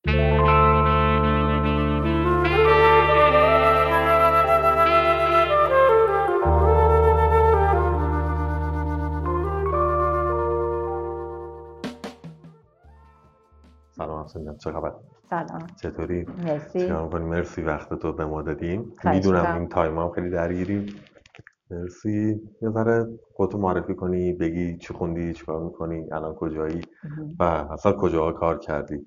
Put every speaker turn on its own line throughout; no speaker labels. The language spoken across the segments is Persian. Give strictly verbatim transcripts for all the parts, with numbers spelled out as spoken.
سلام افسانجان، چه خبر؟
سلام.
چطوری؟
مرسی.
چیکار می‌کنی؟ مرسی وقت تو به ما دادیم.
خواهش
میدونم
می‌کنم.
این تایم هم خیلی درگیری. مرسی. یه ذره خودتو معرفی کنی، بگی چی خوندی، چیکار می‌کنی، الان کجایی و اصلا کجاها کار کردی.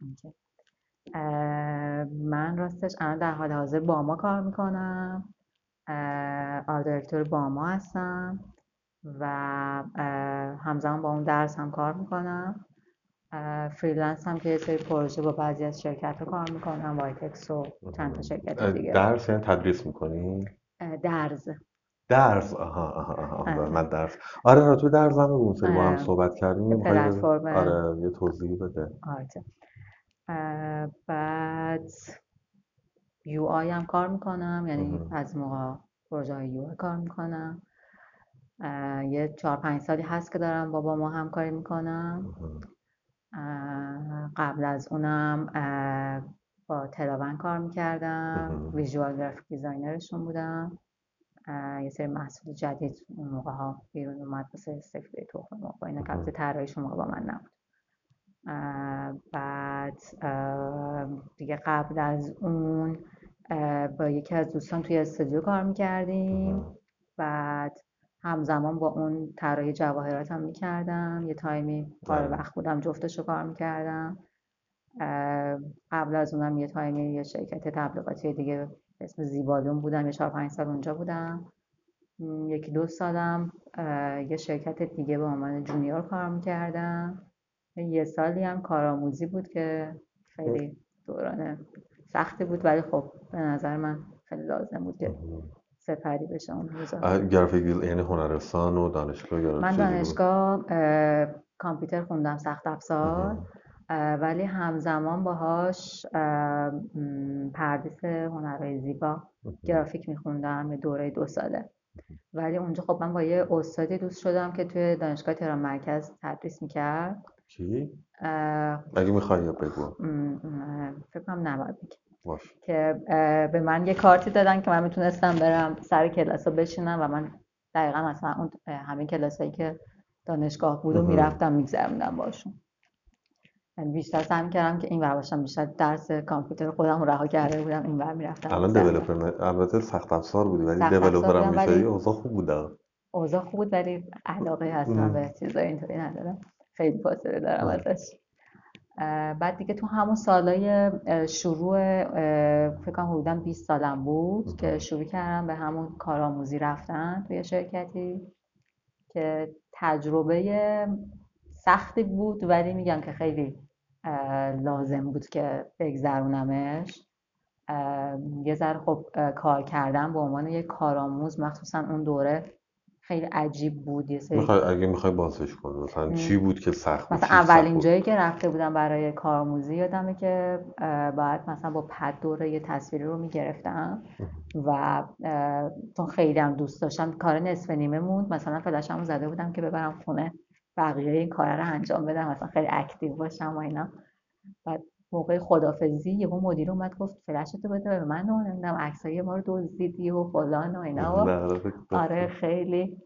اه، من راستش الان در حال حاضر باما کار میکنم. آرت دایرکتور باما هستم و اه، همزمان با اون درس هم کار میکنم. فریلنس هم که یه سری پروژه با بعضی از شرکت ها کار میکنم، وایتکس و چند تا شرکت
اه،
دیگه.
درس یعنی تدریس می‌کنی؟
اه، درز
درس. آها آها آها
اه.
من درس. آره آره، تو درس هم اون سری با هم
اه،
صحبت کردیم.
یه
می‌خوای
پلتفرم
آره یه توضیح بده.
آرت. اه، بعد یو آی هم کار میکنم، یعنی
مهم.
از موقع پروژه های یو آی کار میکنم. یه چهار پنج سالی هست که دارم با با ما همکاری میکنم. قبل از اونم اه، با تلاون کار میکردم،
مهم.
ویژوال گرافیک دیزاینرشون بودم. اه، یه سری محصول جدید اون موقع ها بیرون اومد واسه سفره تخم مرغ و اینا که البته طراحیش اون موقع با من نبود. اه، بعد اه، دیگه قبل از اون اه، با یکی از دوستان توی استودیو کار میکردیم. بعد همزمان با اون طراحی جواهرات هم میکردم، یه تایمی پاره وقت بودم جفتشو کار میکردم. قبل از اونم یه تایمی یه شرکت تبلیغاتی دیگه به اسم زیبالون بودم، یه چهار پنج سال اونجا بودم. م، یکی دو سالم اه، یه شرکت دیگه به عنوان جونیور کار میکردم. یه سالی هم کارآموزی بود که خیلی دوران سختی بود، ولی خب به نظر من خیلی لازم بود که سپری بشه اون روزا.
اه، گرافیک دیز- یعنی هنرستان و دانشگاه یا
من
چیزی بود؟
دانشگاه اه، کامپیوتر خوندم، سخت افزار، اه، ولی همزمان باهاش اه، م، پردیس هنرهای زیبا گرافیک میخوندم یه دوره دو ساله. ولی اونجا خب من با یه استادی دوست شدم که توی دانشگاه تهران مرکز تدریس میکرد.
کی؟
اه،
اگه میخوای یا بگو.
م، م، فکر کنم نباید بگم.
باش.
که اه، به من یه کارتی دادن که من میتونستم برم سر کلاس رو بشینم و من دقیقا مثلا اون اه، همین کلاسایی که دانشگاه بود و
مهم.
میرفتم میگذروندم باشون. یعنی بیشتر سعی کردم که این ور باشم، بیشتر درس کامپیوتر خودم رو رها کرده بودم، این ور میرفتم
الان
میگذروندم.
دیولپر البته سخت افزار بودی ولی
سخت افزار
دیولپر هم
بودم
میشدی،
ولی
اوضاع خوب بوده.
اوضاع خوب بود، ولی علاقه اصلا به چیزای اینطوری ندارم، خیلی فاصله دارم ازش. اه، بعد دیگه تو همون سالای اه، شروع اه، فکر کنم حدوداً بیست سالم بود که شروع کردم به همون کارآموزی رفتن توی شرکتی که تجربه سختی بود، ولی میگم که خیلی اه، لازم بود که بگذرونمش. اه، یه ذره خب اه، کار کردن به عنوان یک کارآموز مخصوصا اون دوره خیلی عجیب بود. یه سری
میخوای اگه میخوای بازش کن مثلا چی بود که سخت بود،
مثلا
چی سخت
اولین
بود؟
جایی که رفته بودم برای کارآموزی یادمه که اه، باید مثلا با پد دوره یه تصویری رو میگرفتم و اه، چون خیلی هم دوست داشتم، کار نصف نیمه موند، مثلا فلاشمو زده بودم که ببرم خونه بقیه این کار رو انجام بدم، مثلا خیلی اکتیو باشم و اینا. بعد موقع خدافظی یهو مدیر اومد گفت فلشتو بده به من و نمیدونم عکسای ما رو دزدیدی و فلان و اینا. و
نه
آره خیلی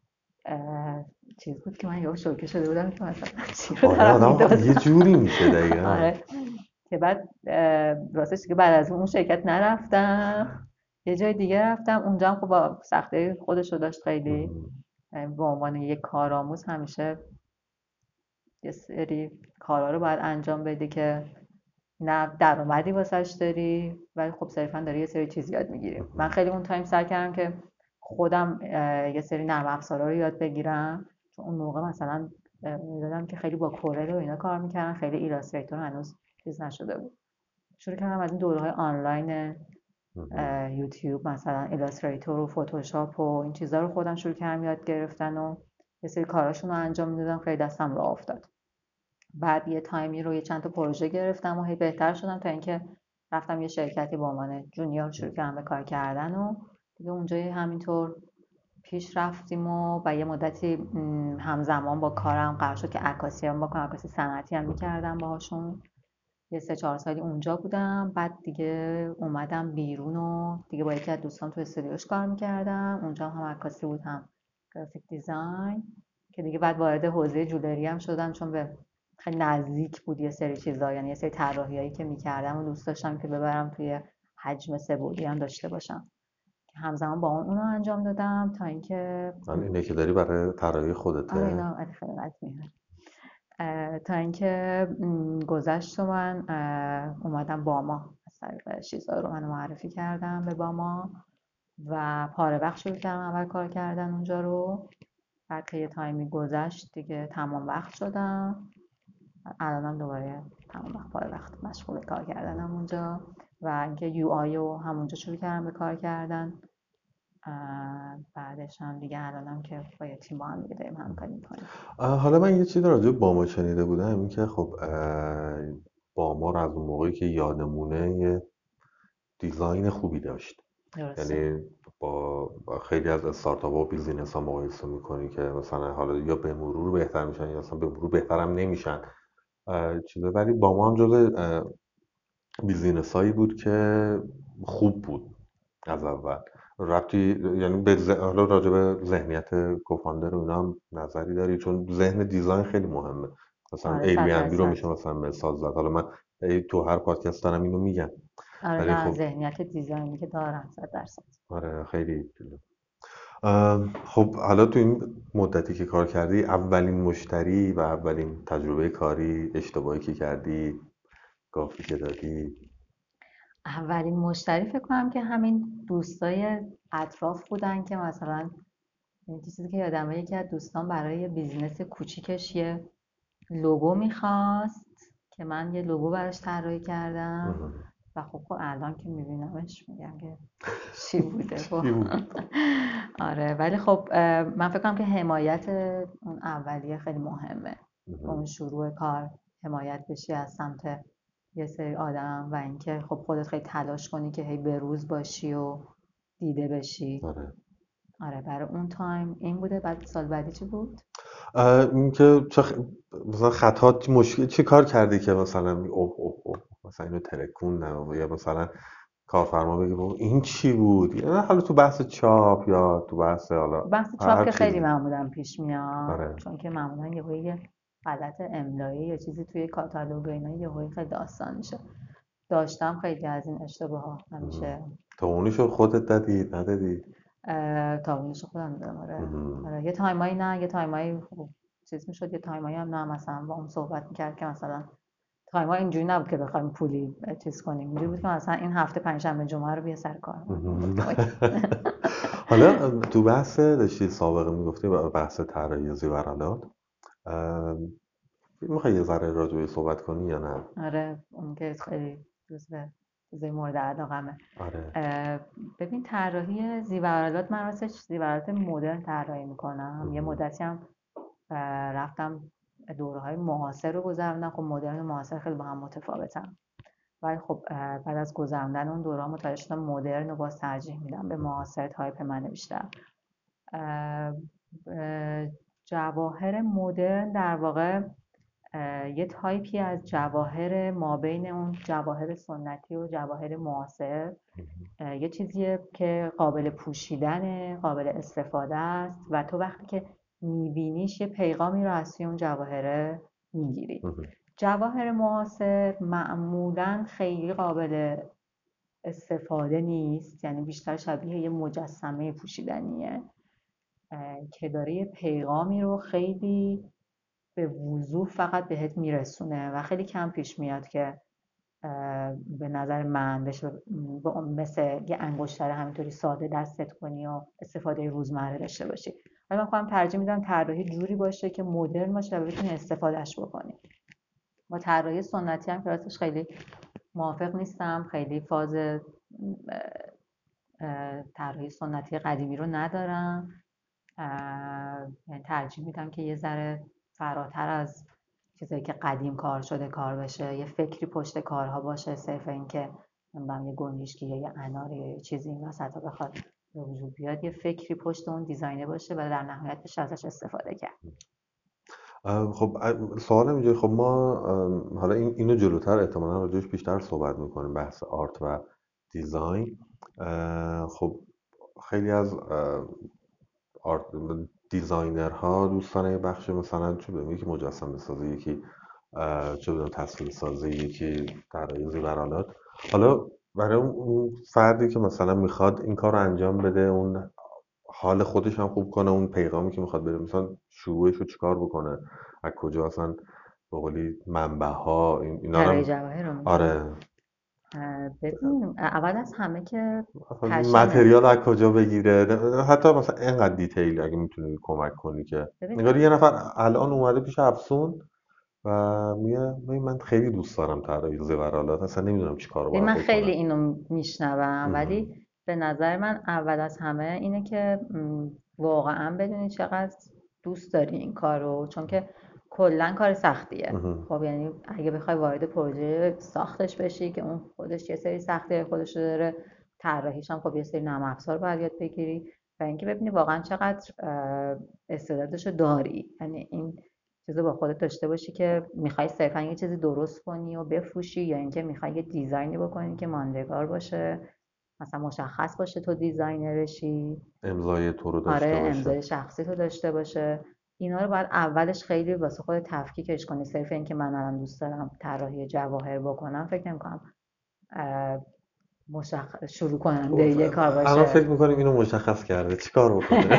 اه، چیز بود که من یهو شوکه شده بودم که مثلا چی رو
آره
دارم
آدم یه
میدازم.
جوری میشه دقیقا.
آره که بعد اه، راستش دیگه بعد از اون شرکت نرفتم، یه جای دیگه رفتم. اونجا هم خب با سختی خودش رو داشت خیلی. اه، به عنوان یک کارآموز همیشه یه سری کارا رو باید انجام بدی که نه درآمدی واسش داری، ولی خب صرفا داری یه سری چیز یاد میگیری. من خیلی اون تایم سعی کردم که خودم اه، یه سری نرم افزارا رو یاد بگیرم، چون اون موقع مثلا اه، میدادم که خیلی با کورل و اینا کار میکردن، خیلی ایلاستریتور هنوز چیز نشده بود. شروع کردم از این دوره‌های آنلاین اه، یوتیوب، مثلا ایلاستریتور و فتوشاپ و این چیزا رو خودم شروع کردم یاد گرفتن و یه سری کاراشون رو انجام میدادم، خیلی دستم راه افتاد. بعد یه تایمی رو یه چند تا پروژه گرفتم و هی بهتر شدم تا اینکه رفتم یه شرکتی به عنوان جونیور شروع کردم به کار کردن و دیگه اونجا همینطور پیش رفتیم و با یه مدتی م، همزمان با کارم قرار شد که عکاسی هم بکنم، عکاسی صنعتی هم میکردم باهاشون. یه سه چهار سالی اونجا بودم. بعد دیگه اومدم بیرون و دیگه با یکی از دوستان تو استودیوش کار میکردم. اونجا هم عکاسی بود هم گرافیک دیزاین، که دیگه بعد وارد حوزه جولری هم شدم، چون به خیلی نزدیک بود یه سری چیزا، یعنی یه سری طراحیایی که میکردم و دوست داشتم که ببرم توی حجم سه بعدی هم داشته باشم، که همزمان با اون اونو انجام دادم تا اینکه
من اینه که داری برای طراحی
آره
خودته.
اینا خیلی قدیمیه. تا اینکه م، گذشت و من اه، اومدم باما، از طریق چیزا رو من معرفی کردم به باما و پاره وقت شروع کردم اول کار کردن اونجا رو. بعد که یه تایمی گذشت دیگه تمام وقت شدم. الانم دوباره تمام وقت پاره وقت مشغول کار کردنم اونجا و اینکه یو آی رو همونجا شروع کردم به کار کردن. اه، بعدش هم دیگه الانم که با یه تیم با هم دیگه داریم همکاری میکنیم.
آه، حالا من یه چیزی راجع به باما شنیده بودم، این که خب اه، باما رو از اون موقعی که یادمونه یه دیزاین خوبی داشت.
درسته.
یعنی با, با خیلی از استارتاپ ها و بیزینس ها مقایسه میکنی که مثلا حالا یا به مرور بهتر میشن یا اصلا به مرور بهتر هم نمیشن چیزه، ولی باما هم جز بیزینس هایی بود که خوب بود از اول. ربطی یعنی به ذ- حالا راجع به ذهنیت کوفاندر و اینا هم نظری داری؟ چون ذهن دیزاین خیلی مهمه. مثلا
آره صد
ایربی ام بی رو
درصد.
میشه مثلا مثال زد. حالا من ای تو هر پادکست دارم اینو میگم،
آره
ولی
نه،
خب
ذهنیت دیزاینی که دارم صد درصد.
آره خیلی. ام، خب حالا تو این مدتی که کار کردی، اولین مشتری و اولین تجربه کاری، اشتباهی که کردی، گافی که دادی؟
اولین مشتری فکر کنم که همین دوستای اطراف بودن که مثلا این چیزی که یادمه، یکی از دوستان برای یه بیزینس کوچیکش یه لوگو میخواست که من یه لوگو براش طراحی کردم
مهم.
و خب خب الان که میبینمش میگم که چی بوده با.
چی بود؟
آره ولی خب اه، من فکر کنم که حمایت اون اولیه خیلی مهمه.
مهم.
اون شروع کار حمایت بشی از سمت یه سری آدم و اینکه خب خودت خیلی تلاش کنی که هی بروز باشی و دیده بشی.
آره.
آره برای اون تایم این بوده. بعد سال بعدی چی بود؟
اه، این که چه خ... مثلا خطات مشکل چی کار کردی که مثلا می- اوه اوه اوه مثلا اینو ترکوندم، یا مثلا کارفرما بگه بابا این چی بود، یا حالا تو بحث چاپ یا تو بحث حالا
بحث چاپ
هر
که خیلی
چیزی.
معمولا پیش میاد،
آره.
چون که معمولا یه یه غلط املایی یا چیزی توی کاتالوگ و اینا یه خیلی داستان میشه. داشتم خیلی از این اشتباه ها همیشه.
تو اونیشو خودت دادی ندادی؟
اه، تاونش خودم دارم. آره.
مهم.
آره یه تایمایی نه، یه تایمایی خب چیز میشد، یه تایمایی هم نه، مثلا با اون صحبت میکرد که مثلا تایما اینجوری نبود که بخوایم پولی چیز کنیم، اینجوری بود که مثلا این هفته پنجشنبه جمعه رو بیا سر کار.
مهم.
گفتم اوکی.
حالا تو بحث داشتی سابقه میگفتی بحث طراحی زیورالات، میخوای یه ذره راجع بهش صحبت کنی یا نه؟
آره اون که خیلی جزو چیزای مورد علاقمه.
آره.
اه، ببین طراحی زیورالات، من راستش زیورالات مدرن طراحی میکنم. یه
مهم.
مدتی هم اه، رفتم دوره های معاصر رو گذروندم. خب مدرن و معاصر خیلی با هم متفاوتن، ولی خب اه، بعد از گذروندن اون دوره ها متوجه شدم مدرن رو باز ترجیح میدم به معاصر، تایپ منه بیشتر. اه، اه، جواهر مدرن در واقع اه، یه تایپی از جواهر مابین اون جواهر سنتی و جواهر معاصر. اه، یه چیزیه که قابل پوشیدنه، قابل استفاده است و تو وقتی که میبینیش یه پیغامی رو از توی اون جواهره میگیری.
مهم.
جواهر معاصر معمولاً خیلی قابل استفاده نیست، یعنی بیشتر شبیه یه مجسمه پوشیدنیه اه، که داره یه پیغامی رو خیلی به وضوح فقط بهت میرسونه و خیلی کم پیش میاد که اه، به نظر من بشه با اون مثل یه انگشتر همینطوری ساده دستت کنی و استفاده روزمره داشته باشی. ولی من خودم ترجیح میدم طراحی جوری باشه که مدرن باشه و بتونی استفادهش بکنی. با طراحی سنتی هم که راستش خیلی موافق نیستم، خیلی فاز اه، اه، طراحی سنتی قدیمی رو ندارم. اه، یعنی ترجیح میدم که یه ذره فراتر از چیزایی که قدیم کار شده کار بشه، یه فکری پشت کارها باشه، صرف این که نمیدونم یه گنجشکی یا یه انار یا یه چیزی این وسط بخواد به وجود بیاد، یه فکری پشت اون دیزاینه باشه و در نهایت بشه ازش استفاده کرد.
اه، خب اه، سوالم اینجا، خب ما اه، حالا این اینو جلوتر احتمالاً راجعش بیشتر صحبت میکنیم، بحث آرت و دیزاین. اه، خب خیلی از اه، آرت دیزاینرها دوستان یه بخش مثلا چه بدونم یکی مجسمه سازی، یکی اه، چه بدونم تصویر سازی، یکی طراحی زیورآلات. حالا برای اون اون فردی که مثلا میخواد این کار رو انجام بده، اون حال خودش هم خوب کنه، اون پیغامی که میخواد بده، مثلا شروعش رو چیکار بکنه، از کجا اصلا به قولی منبع ها این اینا رو
طراحی
هم-
جواهر رو میگی؟
آره،
ببین اول از همه که
مثلا
پشنه.
متریال از کجا بگیره، حتی مثلا اینقدر دیتیل اگه میتونی کمک کنی که
ببین
نگاری یه نفر الان اومده پیش افسون و میگه ببین من خیلی دوست دارم طراحی زیورآلات، اصلا نمیدونم چی کار
ببین
باید
من خیلی
بکنم.
اینو میشنوم،
مهم.
ولی به نظر من اول از همه اینه که م، واقعا بدونی چقدر دوست داری این کار رو، چون که کلا کار سختیه.
مهم.
خب یعنی اگه بخوای وارد پروژه ساختش بشی که اون خودش یه سری سختی خودش رو داره، طراحیش هم خب یه سری نرم افزار باید یاد بگیری و اینکه ببینی واقعا چقدر اه، استعدادش رو داری. یعنی این چیزو با خودت داشته باشی که میخوای صرفا یه چیزی درست کنی و بفروشی، یا اینکه میخوای یه دیزاینی بکنی که ماندگار باشه، مثلا مشخص باشه تو دیزاینرشی.
امضای تو رو داشته
آره،
باشه.
امضای شخصی تو داشته باشه. اینا رو باید اولش خیلی واسه خودت تفکیکش کنی. صرف اینکه من الان دوست دارم طراحی جواهر بکنم فکر نمی‌کنم مشخص شروع کننده
خب،
یه کار
الان
باشه.
فکر میکنیم اینو مشخص کرده چیکار بکنه.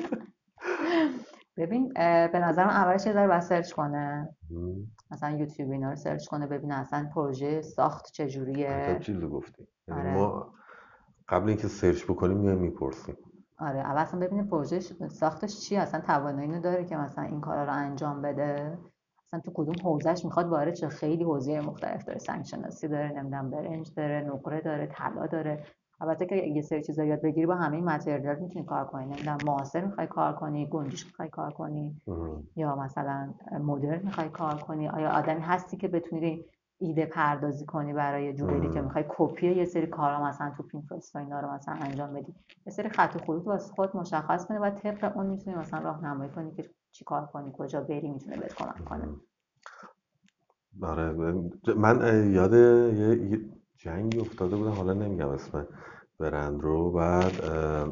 ببین اه، به نظرم اولش یه ذره باید سرچ کنه،
مم.
مثلا یوتیوب اینا رو سرچ کنه ببینه اصلا پروژه ساخت
عجب
چجوریه.
چیزی گفتی، یعنی
آره.
ما قبل اینکه سرچ بکنیم میایم میپرسیم.
آره اول اصلا ببینه پروژه ساختش چیه، اصلا توانایی اینو داره که مثلا این کارا رو انجام بده، اصلا تو کدوم حوزهش میخواد وارد شه. خیلی حوزه مختلف داره، سنگ شناسی داره، نمیدونم برنج داره، نقره داره، طلا داره. البته که یه سری چیزا یاد بگیری با همه این متریال میتونی کار کنی. نمیدونم معاصر میخوای کار کنی، گنجش میخوای کار کنی،
مم.
یا مثلا مدرن میخوای کار کنی، آیا آدمی هستی که بتونی ایده پردازی کنی برای جوئلی که
مم.
میخوای کپی یه سری کارا مثلا تو پینترست و اینا رو مثلا انجام بدی. یه سری خط و خطوط واسه خود مشخص کنی و طبق اون میتونی مثلا راهنمایی کنی که چی کار کنی، کجا بری، میتونه بهت کمک کنه.
مم. آره، من اه، یاد یه یه جنگی افتاده بودم، حالا نمیگم اسم برند رو. بعد اه،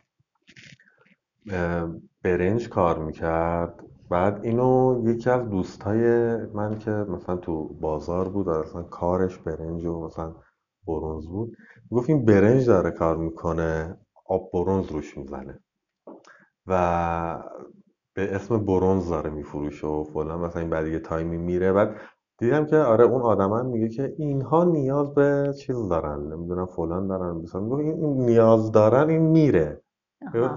اه، برنج کار میکرد. بعد اینو یکی از دوستای من که مثلا تو بازار بود و اصلا کارش برنج و مثلا برنز بود، گفت این برنج داره کار میکنه، آب برنز روش میزنه و به اسم برنز داره میفروشه و فلان، مثلا این بعد یه تایمی میره. بعد دیدم که آره اون آدم میگه که اینها نیاز به چیز دارن، نمیدونم فلان دارن، مثلا میگه این این نیاز دارن، این میره.
آها.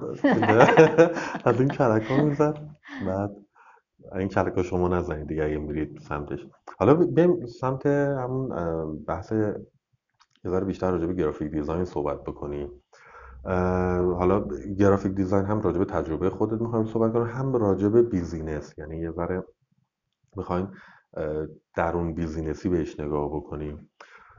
از این کلک ها میزد. بعد این کلک ها شما نزنید دیگه اگه میرید سمتش. حالا بریم سمت همون اه، بحث یه ذره بیشتر راجع به گرافیک دیزاین صحبت بکنیم. اه، حالا گرافیک دیزاین هم راجع به تجربه خودت میخوایم صحبت کنیم، هم راجع به بیزینس، یعنی یه ذره میخوایم درون بیزینسی بهش نگاه بکنیم.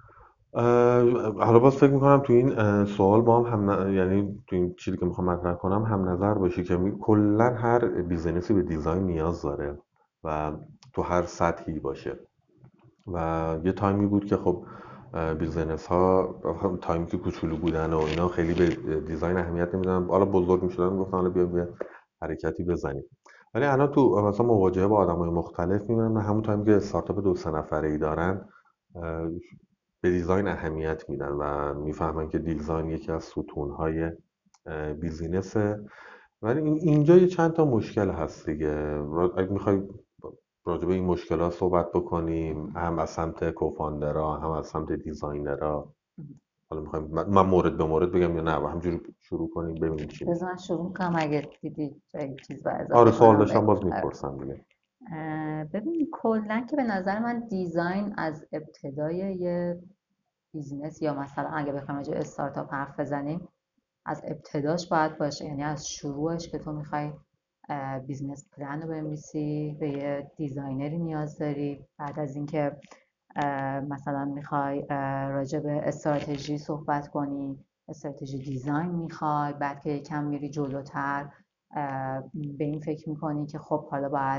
اه، حالا باز فکر میکنم تو این اه، سوال با هم, هم ن- یعنی تو این چیزی که میخوام مطرح کنم هم نظر باشی که می- کلا هر بیزینسی به دیزاین نیاز داره و تو هر سطحی باشه. و یه تایمی بود که خب بیزینس ها تایمی که کوچولو بودن و اینا خیلی به دیزاین اهمیت نمیدونن، حالا بزرگ میشدن گفتن حالا بیا بیا حرکتی بزنیم. ولی الان تو مثلا مواجهه با آدمای مختلف میبینم همون تایمی که استارتاپ دو سه نفره ای دارن اه، به دیزاین اهمیت میدن و میفهمن که دیزاین یکی از ستونهای بیزینسه. ولی این- اینجا یه چند تا مشکل هست دیگه. را- اگه میخوای راجع به این مشکلات صحبت بکنیم، هم از سمت کوفاندرها هم از سمت دیزاینرها، حالا میخوایم من من مورد به مورد بگم یا نه و همجوری شروع کنیم ببینیم چی میشه.
بذار من شروع کنم، اگه دیدی جای چیز با
آره،
اضافه
سوال
کنم
داشتم
بگو.
باز
آره.
میپرسم دیگه.
اه، ببین کلا که به نظر من دیزاین از ابتدای یه بیزینس، یا مثلا اگه بخوایم راجع به استارتاپ حرف بزنیم، از ابتداش باید باشه. یعنی از شروعش که تو میخوای بیزینس پلن رو بنویسی، به یه دیزاینری نیاز داری. بعد از اینکه مثلا میخوای راجع به استراتژی صحبت کنی، استراتژی دیزاین میخوای. بعد که یکم میری جلوتر به این فکر میکنی که خب حالا باید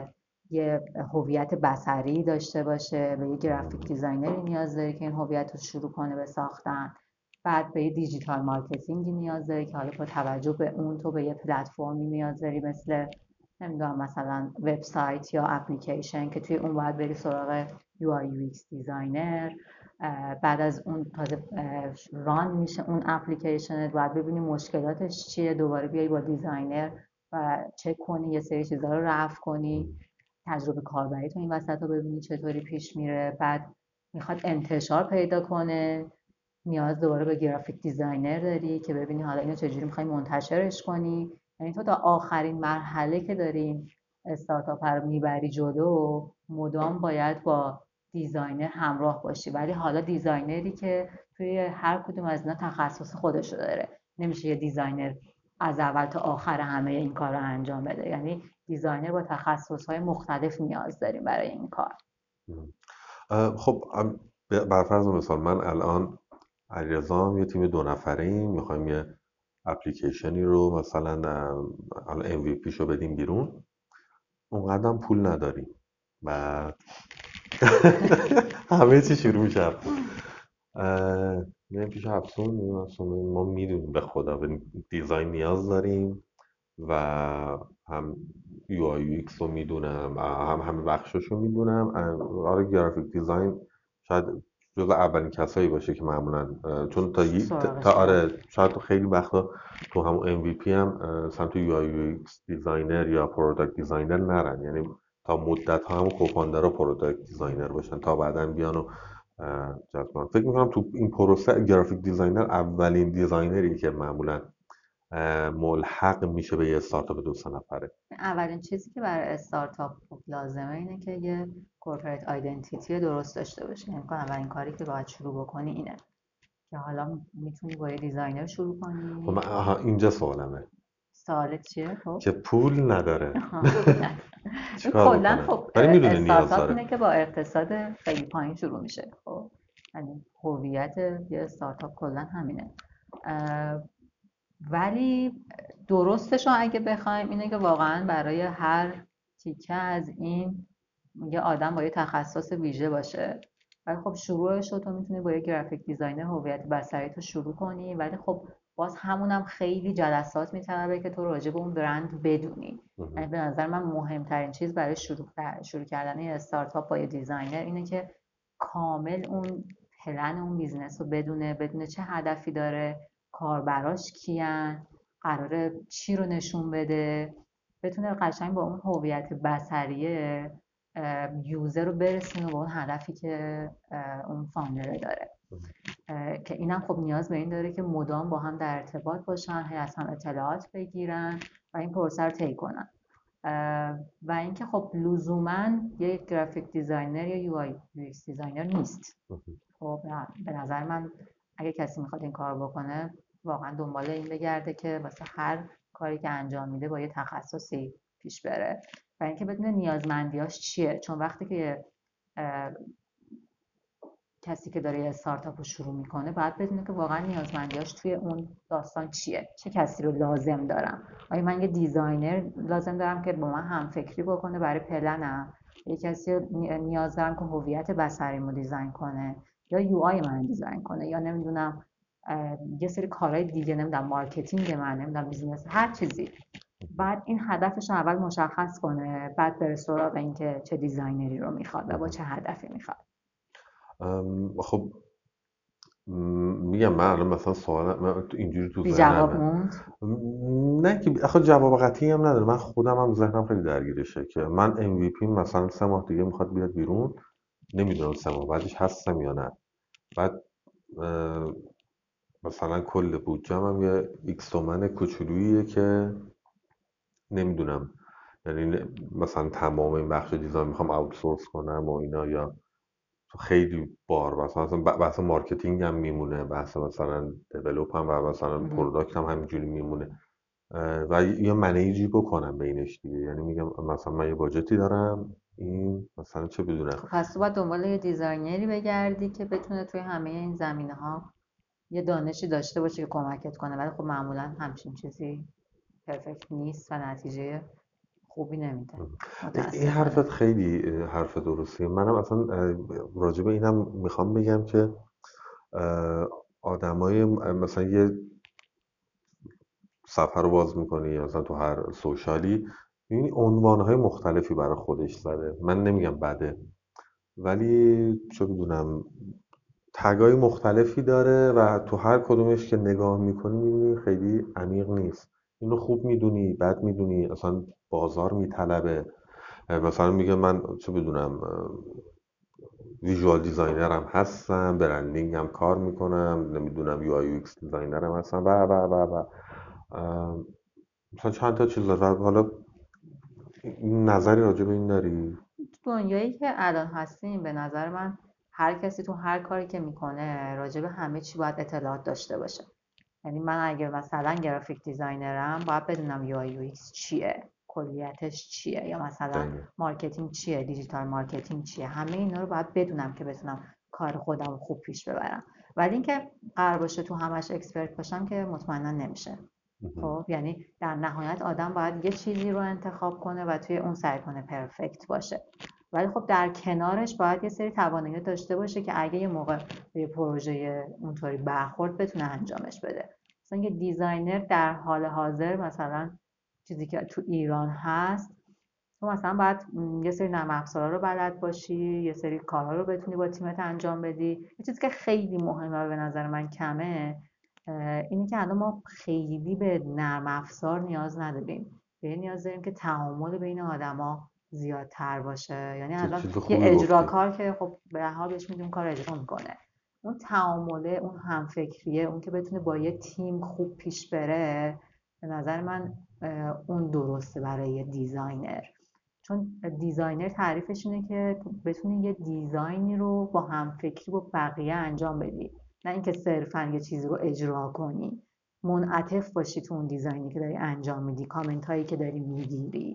یه هویت بصری داشته باشه، به یه گرافیک دیزاینری نیاز داری که این هویت رو شروع کنه به ساختن، بعد به یه دیجیتال مارکتینگی نیاز داری که حالا با توجه به اون تو به یه پلتفرمی نیاز داری مثل نمیدونم مثلا وبسایت یا اپلیکیشن که توی اون باید بری سراغ یو آی یو ایکس دیزاینر. بعد از اون تازه ران میشه اون اپلیکیشن، باید ببینی مشکلاتش چیه، دوباره بیای با دیزاینر و چک کنی، یه سری چیزا رو رفع کنی، تجربه کاربری تو این وسط رو ببینی چطوری پیش میره. بعد میخواد انتشار پیدا کنه، نیاز دوباره به گرافیک دیزاینر داری که ببینی حالا اینو چجوری میخوای منتشرش کنی. یعنی تو تا آخرین مرحله که داریم استارتاپ رو میبری جلو، مدام باید با دیزاینر همراه باشی، ولی حالا دیزاینری که توی هر کدوم از اینا تخصص خودشو داره. نمیشه یه دیزاینر از اول تا آخر همه این کار رو انجام بده، یعنی دیزاینر با تخصص‌های مختلف نیاز داریم برای این کار.
خب بر فرض مثال من الان علیرضا یه تیم دو نفره ایم، میخوایم یه اپلیکیشنی رو مثلا حالا ام وی پی شو بدیم بیرون، اونقدر پول نداریم و همه چی شروع میشه. میایم پیش افسون، ما میدونیم به خدا به دیزاین نیاز داریم و هم یو آی یو ایکس رو میدونم، هم همه بخشش رو میدونم. آره گرافیک دیزاین شاید جز اولین کسایی باشه که معمولا چون تا, تا آره شاید تو خیلی وقتا تو همون ام وی پی هم سمت یو آی یو ایکس دیزاینر یا پروداکت دیزاینر نرن، یعنی تا مدت ها همون کوفاندر و پروداکت دیزاینر باشن تا بعداً بیان و جذب کنن. فکر میکنم تو این پروسه گرافیک دیزاینر اولین دیزاینری که معمولا ملحق میشه به یه استارتاپ دو سه نفره.
اولین چیزی که برای استارتاپ لازمه اینه که یه کورپوریت آیدنتیتی درست داشته باشه. یعنی اولین کاری که باید شروع بکنی اینه که حالا میتونی با یه دیزاینر شروع کنی.
خب من آها اینجا سوالمه.
سوالت چیه؟ خب
که پول نداره
چیکار بکنه؟ خب
ولی میدونه نیاز
استارتاپ
داره.
اینه که با اقتصاد خیلی پایین شروع میشه. خب یعنی هویت یه استارتاپ کلا همینه. ولی درستش رو اگه بخوایم اینه که واقعا برای هر تیکه از این یه آدم با یه تخصص ویژه باشه. ولی خب شروعش رو تو میتونی با یه گرافیک دیزاینر هویت بصری تو شروع کنی، ولی خب باز همونم خیلی جلسات میطلبه که تو راجع به اون برند بدونی. یعنی به نظر من مهمترین چیز برای شروع شروع کردن یه استارتاپ با یه دیزاینر اینه که کامل اون پلن اون بیزنس رو بدونه، بدونه چه هدفی داره، کاربراش کیان، قراره چی رو نشون بده، بتونه قشنگ با اون هویت بصریه یوزر رو برسونه به اون هدفی که اون فاوندر داره. که اینم خب نیاز به این داره که مدام با هم در ارتباط باشن، هی از هم اطلاعات بگیرن و این پروسه رو طی کنن. و اینکه خب لزوما یک گرافیک دیزاینر یا یو آی یو ایکس دیزاینر نیست. خب به نظر من اگه کسی میخواد این کار بکنه واقعا دنبال این بگرده که واسه هر کاری که انجام میده با یه تخصصی پیش بره و اینکه بدونه نیازمندیاش چیه. چون وقتی که کسی که داره یه استارتاپ رو شروع میکنه باید بدونه که واقعا نیازمندیاش توی اون داستان چیه، چه کسی رو لازم دارم. آیا من یه دیزاینر لازم دارم که با من هم فکری بکنه برای پلنم، یه کسی نیاز دارم که هویت بصریمو دیزاین کنه، یا یو آی من دیزاین کنه، یا نمیدونم یه سری کارهای دیگه، نمیدونم مارکتینگ من، نمیدونم بیزینس، هر چیزی. بعد این هدفش رو اول مشخص کنه، بعد بره سراغ اینکه چه دیزاینری رو میخواد و با چه هدفی میخواد.
خب میگم من الان مثلا سوال من اینجوری تو
بی جواب
ذهنمه،
موند.
نه که آخه جواب قطعی هم نداره. من خودم هم ذهنم خیلی درگیرشه که من ام وی پی مثلا سه ماه دیگه میخواد بیاد بیرون، نمیدونم سه ماه بعدش هستم یا نه. بعد مثلا کل بودجم هم یه ایکس تومن کوچولوییه که نمیدونم، یعنی مثلا تمام این بخش دیزاین میخوام آوتسورس کنم و اینا، یا خیلی بار مثلا بحث مارکتینگ هم میمونه، بحث مثلا دیولپ هم و مثلا پروداکت هم همینجوری میمونه و یا منیجی بکنم بینش دیگه. یعنی میگم مثلا من یه باجتی دارم، این مثلا چه بدونم.
پس تو باید دنبال یه دیزاینری بگردی که بتونه توی همه این زمینه ها یه دانشی داشته باشه که کمکت کنه، ولی خب معمولا همچین چیزی پرفکت نیست و نتیجه خوبی نمیده
این
متاسفانه.
حرفت خیلی حرف درستیه. منم اصلا راجع به اینم میخوام بگم که آدمای مثلا یه صفحه رو باز میکنی یا مثلا تو هر سوشالی میبینی عنوانهای مختلفی برای خودش زده. من نمیگم بده، ولی چه بدونم تگای مختلفی داره و تو هر کدومش که نگاه میکنی میبینی خیلی عمیق نیست. اینو خوب میدونی، بد میدونی، اصلا بازار میطلبه. مثلا میگه من چه بدونم ویژوال دیزاینرم هستم، برندینگم کار میکنم، نمیدونم یو آی یو ایکس دیزاینرم هستم و و و و اه، مثلا چند تا چیز داره. حالا نظری راجع به این داری؟
دنیایی که الان هستیم به نظر من هر کسی تو هر کاری که میکنه راجع به همه چی باید اطلاعات داشته باشه. یعنی من اگر مثلا گرافیک دیزاینرم باید بدونم یو آی یو ایکس چیه، کلیتش چیه، یا مثلا
دقیقا.
مارکتینگ چیه، دیجیتال مارکتینگ چیه. همه اینا رو باید بدونم که بتونم کار خودم رو خوب پیش ببرم. ولی اینکه قرار باشه تو همش اکسپرت باشم که مطمئنا نمیشه. خب یعنی در نهایت آدم باید یه چیزی رو انتخاب کنه و توی اون سعی کنه پرفکت باشه. ولی خب در کنارش باید یه سری توانایی داشته باشه که اگه یه موقع به پروژه اونطوری برخورد بتونه انجامش بده. مثلا یه دیزاینر در حال حاضر مثلا چیزی که تو ایران هست، تو مثلا باید یه سری نرم افزارا رو بلد باشی، یه سری کارها رو بتونی با تیمت انجام بدی. یه چیزی که خیلی مهمه و به نظر من کمه اینی که الان ما خیلی به نرم افزار نیاز نداریم، به نیاز داریم که تعامل بین آدما زیادتر باشه. یعنی الان
چیز
یه
خوبی گفتی.
اجراکار که خب به هر حال بهش میدون کار اجرا میکنه، اون تعامله، اون همفکریه، اون که بتونه با یه تیم خوب پیش بره، به نظر من اون درسته برای یه دیزاینر. چون دیزاینر تعریفش اینه که بتونی یه دیزاینی رو با همفکری با بقیه انجام بدی، نه اینکه صرفا یه چیزی رو اجرا کنی. منعطف باشی تو اون دیزاینی که داری انجام میدی، کامنت هایی که داری میگیری.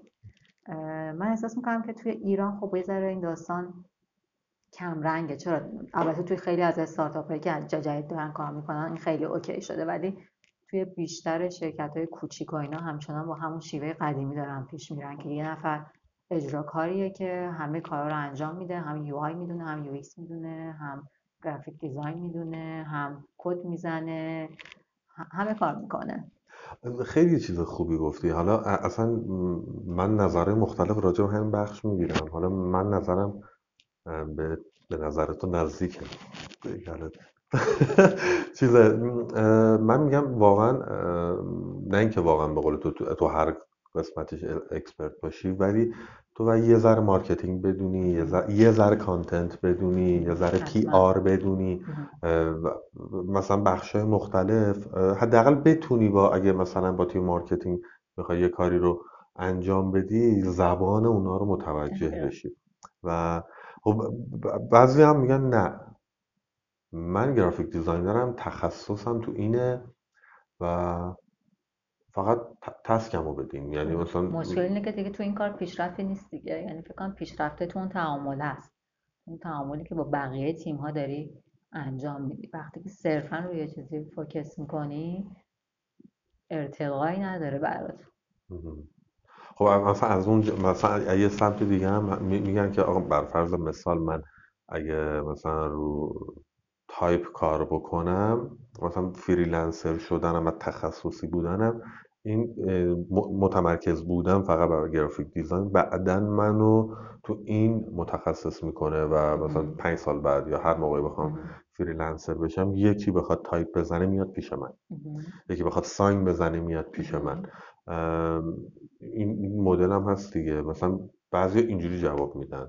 من احساس میکنم که توی ایران خب یه ذره این داستان کم رنگه. چرا؟ البته توی خیلی از استارتاپ هایی که از جا جدید دارن کار میکنن این خیلی اوکی شده، ولی توی بیشتر شرکت های کوچیک و اینا همچنان با همون شیوه قدیمی دارن پیش میرن که یه نفر اجراکاریه که همه کارا رو انجام میده، هم یو آی میدونه، هم یو ایکس میدونه، هم گرافیک دیزاین میدونه، هم کد میزنه، همه کار میکنه.
خیلی چیز خوبی گفتی. حالا اصلا من نظرهای مختلف راجع به همین بخش میگیرم. حالا من نظرم به به نظر تو نزدیکه. چیزه من میگم واقعا نه اینکه واقعا به قول تو تو تو هر قسمتش اکسپرت باشی، ولی تو باید یه ذره مارکتینگ بدونی، یه ذره, یه ذره کانتنت بدونی، یه ذره پی
حتما.
آر بدونی، مثلا بخشای مختلف حداقل بتونی با اگه مثلا با تیم مارکتینگ میخوای یه کاری رو انجام بدی زبان اونا رو متوجه بشی. و خب بعضی هم میگن نه من گرافیک دیزاینرم تخصصم تو اینه و فقط ت- تسکمو بدین. یعنی مثلا
مشکل اینه که دیگه تو این کار پیشرفتی نیست دیگه. یعنی فکر کنم پیشرفته تو اون تعامل است، اون تعاملی که با بقیه تیم ها داری انجام میدی. وقتی که صرفا روی یه چیزی فوکس میکنی ارتقایی نداره برات.
خب مثلا از اون ج- مثلا یه سمت دیگه هم می- میگن که آقا بر فرض مثال من اگه مثلا رو تایپ کار بکنم، مثلا فریلنسر شدنم و تخصصی بودنم، این اه، م- متمرکز بودم فقط بر گرافیک دیزاین بعدن منو تو این متخصص میکنه و مثلا پنج سال بعد یا هر موقعی بخوام فریلنسر بشم یکی بخواد تایپ بزنه میاد پیش من، یکی بخواد ساین بزنه میاد پیش من. ام، این این مدل هم هست دیگه. مثلا بعضی اینجوری جواب میدن.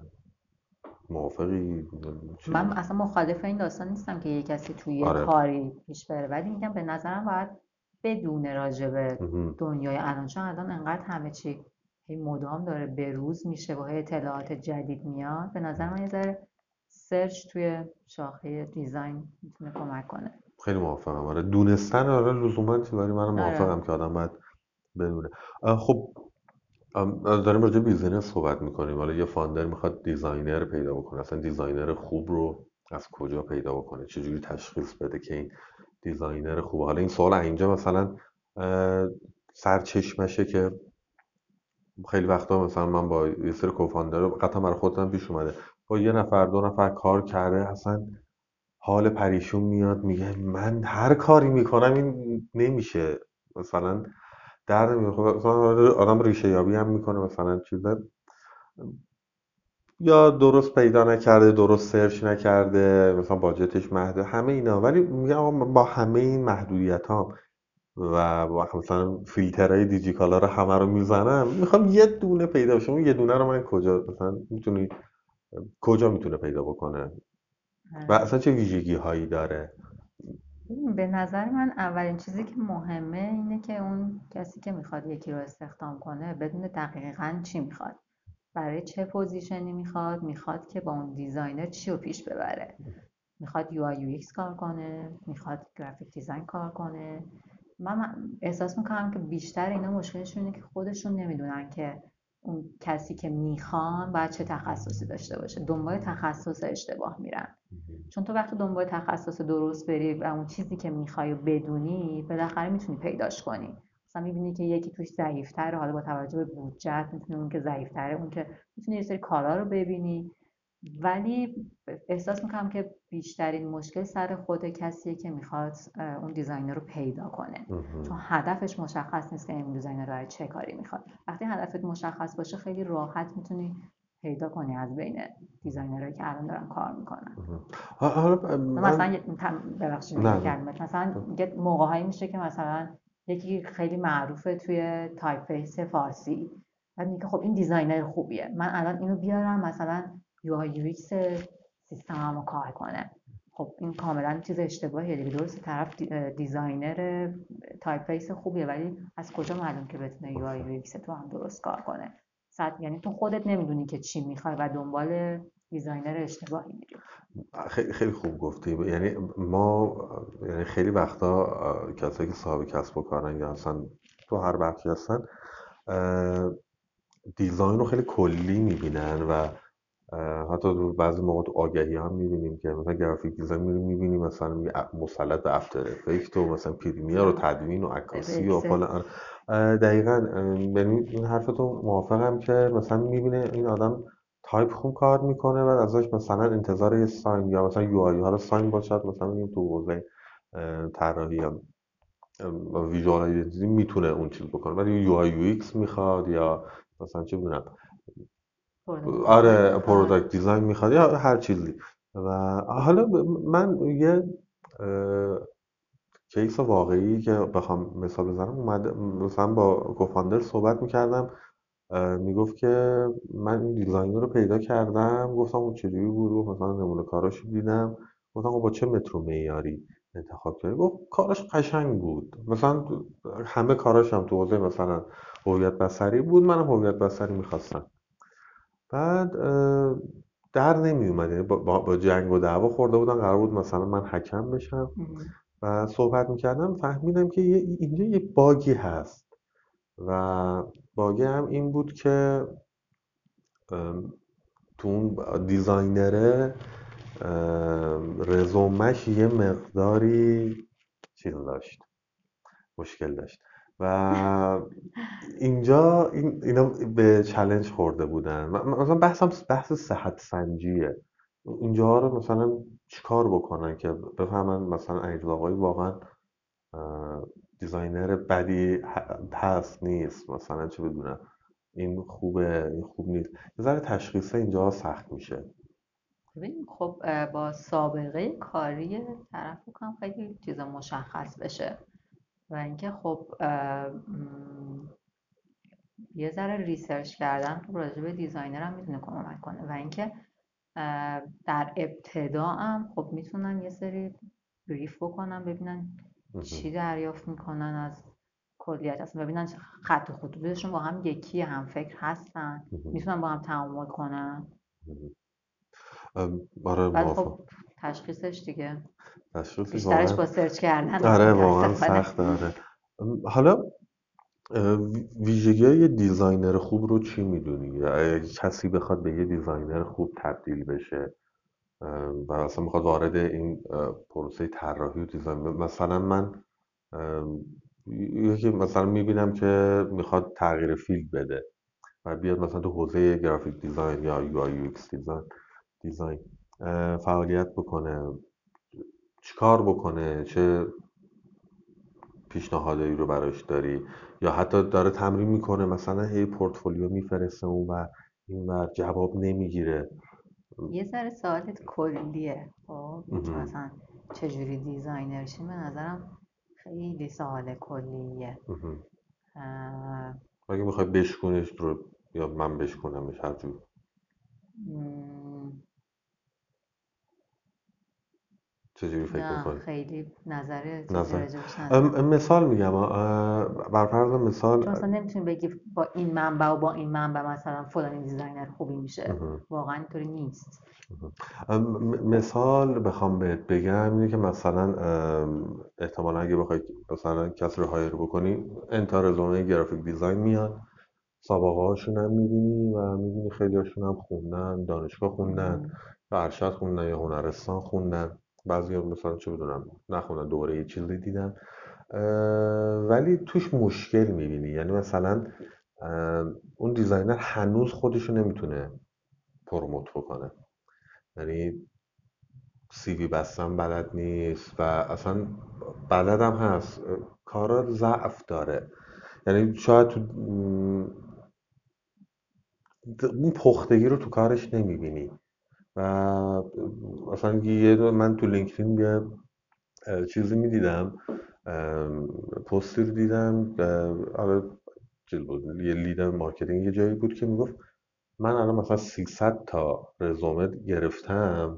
موافقی؟ چی؟
من اصلا مخالف این داستان نیستم که یه کسی توی یه
آره.
کاری پیش بره، ولی میگم به نظرم باید بدونه راجع به
مهم.
دنیای الان، چون الان انقدر همه چی هی مدام داره بروز میشه و هی اطلاعات جدید میاد. به نظر من یه ذره سرچ توی شاخه دیزاین میتونه کمک کنه.
خیلی موافقم. آره دونستن آره لزوما چیزی، ولی منم
آره.
موافقم که آدم باید بدونه. آه، خب ام، داریم راجع به بیزینس صحبت میکنیم. حالا یه فاندر میخواد دیزاینر پیدا بکنه، اصلا دیزاینر خوب رو از کجا پیدا بکنه؟ چجوری تشخیص بده که این دیزاینر خوبه؟ حالا این سوال اینجا مثلا اه، سرچشمشه که خیلی وقتا مثلا من با یه سری کوفاندر قطعا برای خودم پیش اومده، با یه نفر دو نفر کار کرده، اصلا حال پریشون میاد، میگه من هر کاری میکنم این نمیشه، مثلا در نمیاد. مثلا آدم ریشه یابی هم میکنه، مثلا چیزا یا درست پیدا نکرده، درست سرچ نکرده، مثلا باجتش محدود، همه اینا. ولی میگم آقا من با همه این محدودیت ها و با مثلا فیلترهای دیجیکالا رو همه رو میزنم، میخوام یه دونه پیدا بشه. اون یه دونه رو من کجا مثلا میتونی کجا میتونه پیدا بکنه و اصلا چه ویژگی هایی داره؟
ببین، به نظر من اولین چیزی که مهمه اینه که اون کسی که میخواد یکی رو استخدام کنه بدونه دقیقاً چی میخواد، برای چه پوزیشنی میخواد، میخواد که با اون دیزاینر چی رو پیش ببره. میخواد یو آی یو ایکس کار کنه، میخواد گرافیک دیزاین کار کنه. من من احساس میکنم که بیشتر اینا مشکلشون اینه که خودشون نمیدونن که اون کسی که میخوان باید چه تخصصی داشته باشه، دنبال تخصص اشتباه میرن. چون تو وقتی دنبال تخصص درست بری و اون چیزی که میخوای و بدونی، بالاخره میتونی پیداش کنی. مثلا میبینی که یکی توش ضعیف‌تره، حالا با توجه به بودجه‌ت میتونی اون که ضعیف‌تره، اون که میتونی یه سری کارا رو ببینی. ولی احساس میکنم که بیشترین مشکل سر خود کسیه که میخواد اون دیزاینر رو پیدا کنه، چون هدفش مشخص نیست که این دیزاینر برای چه کاری میخواد. وقتی هدفت مشخص باشه خیلی راحت میتونی پیدا کنی از بین دیزاینرهایی که الان دارن کار میکنن.
ها- حالا
مثلا
من
یه- تم- ببخشید
نه
میگم
نه.
کلمت، مثلا یه موقعهایی میشه که مثلا یکی خیلی معروفه توی تایپ فیس فارسی، بعد میگه خب این دیزاینر خوبیه، من الان اینو بیارم مثلا یو آی یو ایکس سیستممو کار کنه. خب این کاملا چیز اشتباهیه دیگه. درسته طرف دی- دیزاینر تایپ فیس خوبیه، ولی از کجا معلوم که بتونه یو آی یو ایکس تو هم درست کار کنه؟ صد یعنی تو خودت نمیدونی که چی میخوای و دنبال دیزاینر اشتباهی میری.
خیلی خیلی خوب گفتی. یعنی ما یعنی خیلی وقتا اه، کسایی که صاحب کسب و کارن یا اصلا تو هر بخشی هستن، اه، دیزاین رو خیلی کلی میبینن و اه، حتی تو بعضی موقع تو آگهی هم میبینیم که مثلا گرافیک دیزاین میریم میبینیم مثلا میگه ا- مسلط به افتر افکت و مثلا پریمیر و تدوین و
به
عکاسی و
اکسل.
فلان. اه، دقیقا. اه، یعنی این حرفتون موافقم که مثلا میبینه این آدم تایپ خوب کار میکنه و ازش مثلا انتظار یه ساین یا مثلا یو آی، حالا ساین باشد مثلا میگیم تو حوزه اه، طراحی یا ویژوال ایدنتیتی میتونه اون چیز بکنه، ولی یو آی یو ایکس میخواد یا مثلا چه میدونم،
پروداکت دیزاین
آره
میخواد.
پروداکت دیزاین میخواد یا هر چیزی. و حالا ب- من یه اه، کیس واقعی که بخوام مثال بزنم، اومده مثلا با کوفاندر صحبت میکردم، میگفت که من این دیزاینر رو پیدا کردم، گفتم اون چجوری بود، گفت مثلا نمونه کاراش رو دیدم، گفتم خب با چه متر و معیاری انتخاب کردی؟ گفت کاراش قشنگ بود، مثلا همه کاراش هم تو حوزه مثلا هویت بصری بود، منم هویت بصری میخواستم. بعد اه، در نمی اومد، یعنی با, با با جنگ و دعوا خورده بودن، قرار بود مثلا من حکم بشم و صحبت میکردم، فهمیدم که یه- اینجا یه باگی هست و باگی هم این بود که ام، تو اون دیزاینره ام، رزومش یه مقداری چیز داشت، مشکل داشت و اینجا این اینا به چلنج خورده بودن. م- مثلا بحثم بحث صحت سنجیه، اینجا رو مثلا چیکار بکنن که بفهمن مثلا علیرضا آقایی واقعا اه، دیزاینر بدی ه- هست نیست، مثلا چه بدونم این خوبه این خوب نیست. یه ذره تشخیص اینجا سخت میشه.
ببین خب با سابقه کاری طرف بکنم خیلی چیزا مشخص بشه و اینکه خب یه ذره ریسرچ کردن خب راجع به دیزاینر هم میتونه کمک کنه و اینکه در ابتدا هم خب میتونن یه سری بریف بکنن، ببینن چی دریافت میکنن از کلیت، اصلا ببینن خط و خطوطشون با هم یکی هم فکر هستن، میتونن با هم تعامل کنن.
ام، آره
بعد
موافقم.
خب تشخیصش دیگه
تشخیصش
بیشترش
واقعا
با سرچ کردن
آره واقعا
متاسفانه.
سخته. آره. ام، حالا ویژگی های دیزاینر خوب رو چی میدونی؟ اگه کسی بخواد به یه دیزاینر خوب تبدیل بشه ام، و اصلا میخواد وارد این اه، پروسه طراحی و دیزاین ب- مثلا من ام، یکی مثلا میبینم که میخواد تغییر فیلد بده، و بیاد مثلا تو حوزه گرافیک دیزاین یا یو آی یو ایکس دیزاین دیزاین فعالیت بکنه، چیکار بکنه، چه پیشنهادایی رو براش داری؟ یا حتی داره تمرین میکنه مثلا هی پورتفولیو میفرسته اون و این ور جواب نمیگیره.
یه ذره سوالت کلیه، خب اینکه مثلا چجوری دیزاینر شی، به نظرم خیلی سوال کلیه. اه،
اگه میخوای بشکونش رو یا من بشکونمش هر جور.
م،
چجوری فکر
نه
میکنی؟
خیلی نظر چیزی
نظر
راجبش
ام-
ندارم.
مثال میگم اه، بر فرض مثال.
چون مثلا نمیتونی بگی با این منبع و با این منبع مثلا فلانی دیزاینر خوبی میشه، واقعا اینطوری نیست.
م- مثال بخوام بهت بگم اینه که مثلا ام، احتمالا اگه بخوای مثلا کسی رو هایر بکنی انتا رزومه گرافیک دیزاین میاد، سابقه هاشون هم میبینی و میبینی خیلی هاشون هم خوندن، دانشگاه خوندن یا ارشد خوندن یا هنرستان خوندن، بعضی هم مثلا چه بدونم نخوندن، دوره یه چیزی دیدن. اه، ولی توش مشکل میبینی، یعنی مثلا اه، اون دیزاینر هنوز خودشو نمیتونه پروموت بکنه، یعنی سی وی بستن بلد نیست و اصلا بلدم هست، کارا ضعف داره. یعنی شاید تو اون پختگی رو تو کارش نمیبینی. و مثلا یه دو- من تو لینکدین یه اه، چیزی میدیدم، پستی رو دیدم، اه، آره چیز بود، یه لیدر مارکتینگ یه جایی بود که میگفت من الان مثلا سیصد تا رزومه گرفتم،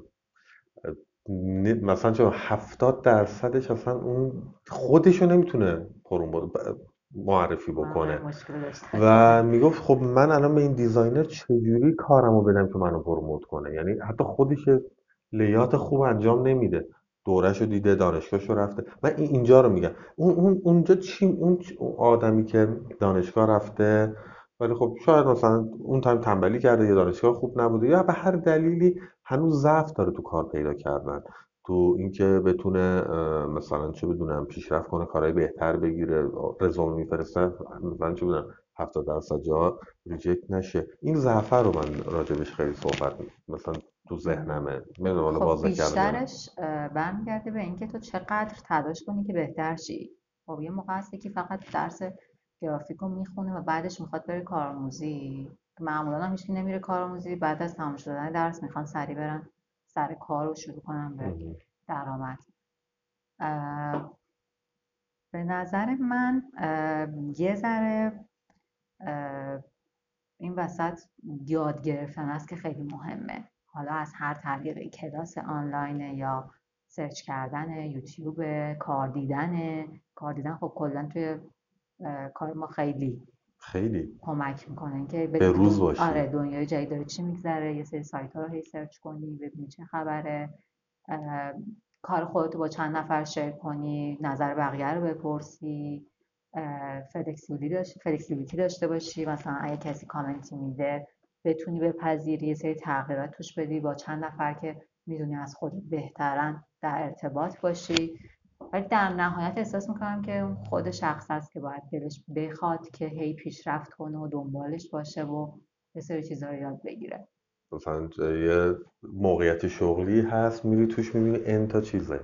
نه- مثلا چرا هفتاد درصدش اصلا اون خودشو نمیتونه پرومو معرفی
من همین
بکنه.
مشکل داشتم.
و میگفت خب من الان به این دیزاینر چجوری کارمو بدم که منو پروموت کنه؟ یعنی حتی خودش لیات خوب انجام نمیده، دورهشو دیده، دانشگاهشو رفته. من این- اینجا رو میگم، اون اون اونجا چی، اون چ- اون آدمی که دانشگاه رفته ولی خب شاید مثلا اون تایم تنبلی کرده یا دانشگاه خوب نبوده یا به هر دلیلی هنوز ضعف داره تو کار پیدا کردن، تو اینکه بتونه اه، مثلا چه بدونم پیشرفت کنه، کارهای بهتر بگیره، رزومه میفرسته مثلا چه بدونم هفتاد درصد جا ریجکت نشه. این ضعف رو من راجبش خیلی صحبت می- مثلا تو ذهنمه، نمیدونم حالا
خب
واضح کردم یا نه.
بیشترش اه، برمیگرده به اینکه تو چقدر تلاش کنی که بهتر شی. خب یه موقع هستی که فقط درس گرافیک رو میخونه و بعدش میخواد بره کارآموزی. معمولا هم هیچکی نمیره کارآموزی، بعد از تمام شدن درس میخوان سریع برن سر کار رو شروع کنن به
مهم.
درآمد. اه، به نظر من اه، یه ذره اه، این وسط یاد گرفتن است که خیلی مهمه، حالا از هر طریقی، کلاس آنلاین یا سرچ کردن یوتیوب، کار دیدن. کار دیدن خب کلا توی اه، کار ما خیلی
خیلی
کمک میکنه اینکه
به
بدونی تو
روز
دون...
باشی.
آره دنیای جدید داره چی میگذره، یه سری سایت ها رو هی سرچ کنی ببینی چه خبره. اه، کار خودتو با چند نفر شیر کنی، نظر بقیه رو بپرسی، فلکسیبیلیتی داشته فلکسیبیلیتی داشته باشی، مثلا اگه کسی کامنتی میده بتونی بپذیری، یه سری تغییرات توش بدی، با چند نفر که میدونی از خودت بهترن در ارتباط باشی. ولی در نهایت احساس میکنم که اون خود شخص است که باید دلش بخواد که هی پیشرفت کنه و دنبالش باشه و یه سری چیزا رو یاد بگیره.
مثلا یه موقعیت شغلی هست میری توش میبینی ان تا چیزه،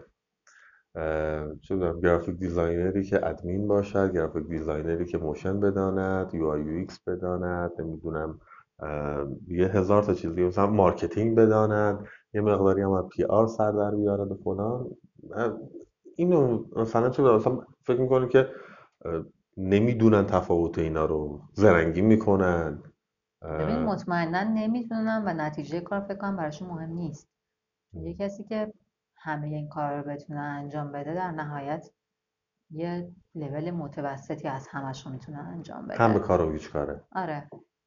اه، چه می‌دونم گرافیک دیزاینری که ادمین باشد، گرافیک دیزاینری که موشن بداند، یو آی یو ایکس بداند، نمیدونم یه هزار تا چیزی، مثلا مارکتینگ بداند، یه مقداری هم از پی آر سر در بیارد و فلان. اه، اینو مثلا چه می‌دونم، مثلا فکر میکنی که اه، نمیدونن تفاوت اینا رو، زرنگی میکنن.
ببین مطمئنا نمیتونم و نتیجه کار فکر کنم براشون مهم نیست. یه کسی که همه این کار رو بتونه انجام بده در نهایت یه لول متوسطی از همشون میتونه انجام
همه
بده.
کار رو هیچ کاره.
آره،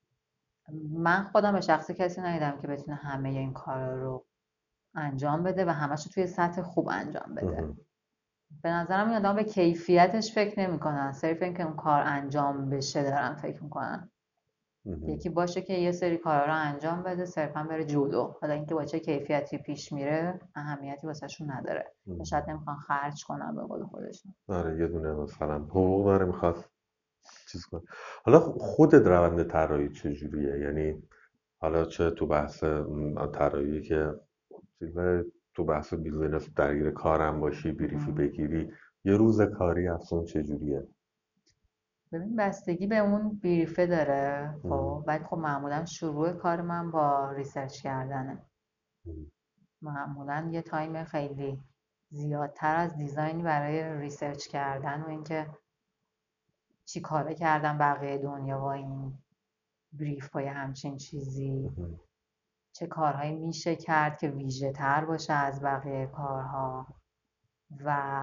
من خودم به شخصی کسی ندیدم که بتونه همه این کارا رو انجام بده و همش رو توی سطح خوب انجام بده. به نظرم این آدم به کیفیتش فکر نمیکنن، صرف اینکه اون کار انجام بشه دارن فکر میکنن. یکی باشه که یه سری کارا رو انجام بده صرفا بره جلو، حالا اینکه با چه کیفیتی پیش میره اهمیتی واسهشون نداره و شاید نمیخوان خرج کنن به قول خودشون.
آره یه دونه مثلا حقوق داره میخواد چیز کنه. حالا خودت روند طراحی چجوریه؟ یعنی حالا چه تو بحث م، طراحی که چیزه، تو بحث بیزینس درگیر کارم باشی، بریفی
م.
بگیری، یه روز کاری افزون چجوریه؟
ببین بستگی به اون بریفه داره.
م،
خب ولی خب معمولا شروع کار من با ریسرچ کردنه.
م،
معمولا یه تایم خیلی زیادتر از دیزاین برای ریسرچ کردن و اینکه چی کاره کردن بقیه دنیا با این بریف با یه همچین چیزی،
م.
چه کارهایی میشه کرد که ویژه تر باشه از بقیه کارها و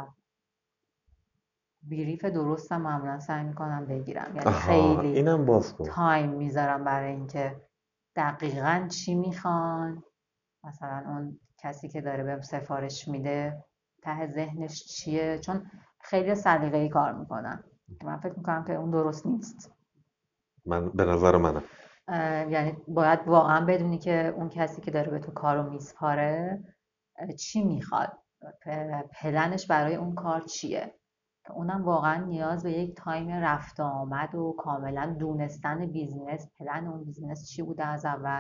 بریف درستم معمولا سعی میکنم بگیرم. یعنی
آها،
خیلی
اینم باز کن.
تایم میذارم برای اینکه دقیقاً چی میخوان، مثلا اون کسی که داره بهم سفارش میده ته ذهنش چیه، چون خیلی سلیقه‌ای کار میکنن که من فکر میکنم که اون درست نیست.
من به نظر منم.
یعنی باید واقعا بدونی که اون کسی که داره به تو کارو میسپاره چی میخواد، پلنش برای اون کار چیه، که اونم واقعا نیاز به یک تایم رفت آمد و کاملا دونستن بیزینس، پلن اون بیزینس چی بوده از اول.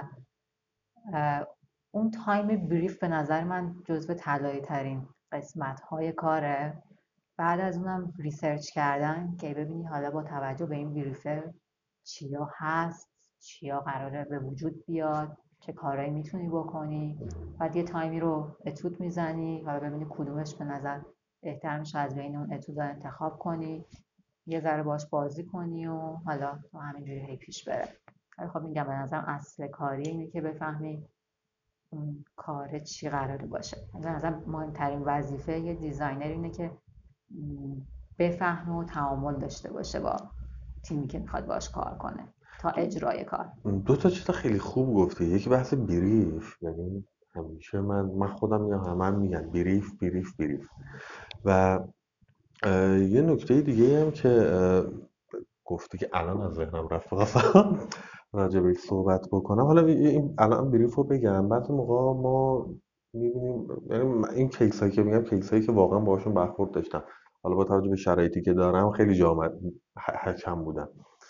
اون تایم بریف به نظر من جزو طلایی ترین قسمت های کاره. بعد از اونم ریسرچ کردن که ببینی حالا با توجه به این بریفه چیا هست، چیا قراره به وجود بیاد، چه کارهایی میتونی بکنی. بعد یه تایمی رو اتود میزنی، حالا ببینی کدومش به نظر بهتر میشه از بین اون اتودا انتخاب کنی، یه ذره باش بازی کنی و حالا تو همینجوری هی پیش بره. ولی خب میگم به نظرم اصل کاری اینه که بفهمی اون کار چی قراره باشه. به نظرم مهمترین وظیفه یه دیزاینر اینه که بفهمه و تعامل داشته باشه با تیمی که میخواد باش کار کنه تا اجرای کار.
دو تا چیز خیلی خوب گفتی. یکی بحث بریف، یعنی همیشه من من خودم میگم، همه هم میگن بریف بریف بریف. و اه، یه نکته دیگه هم که اه، گفتی که الان از ذهنم رفت، خواستم راجع بهش صحبت بکنم. حالا این الان بریف رو بگم. بعضی موقع ما میبینیم، یعنی من این کیس هایی که میگم کیس هایی که واقعا باهاشون برخورد داشتم، حالا با توجه به شرایطی که دارم خیلی جا آمد حکم بودم.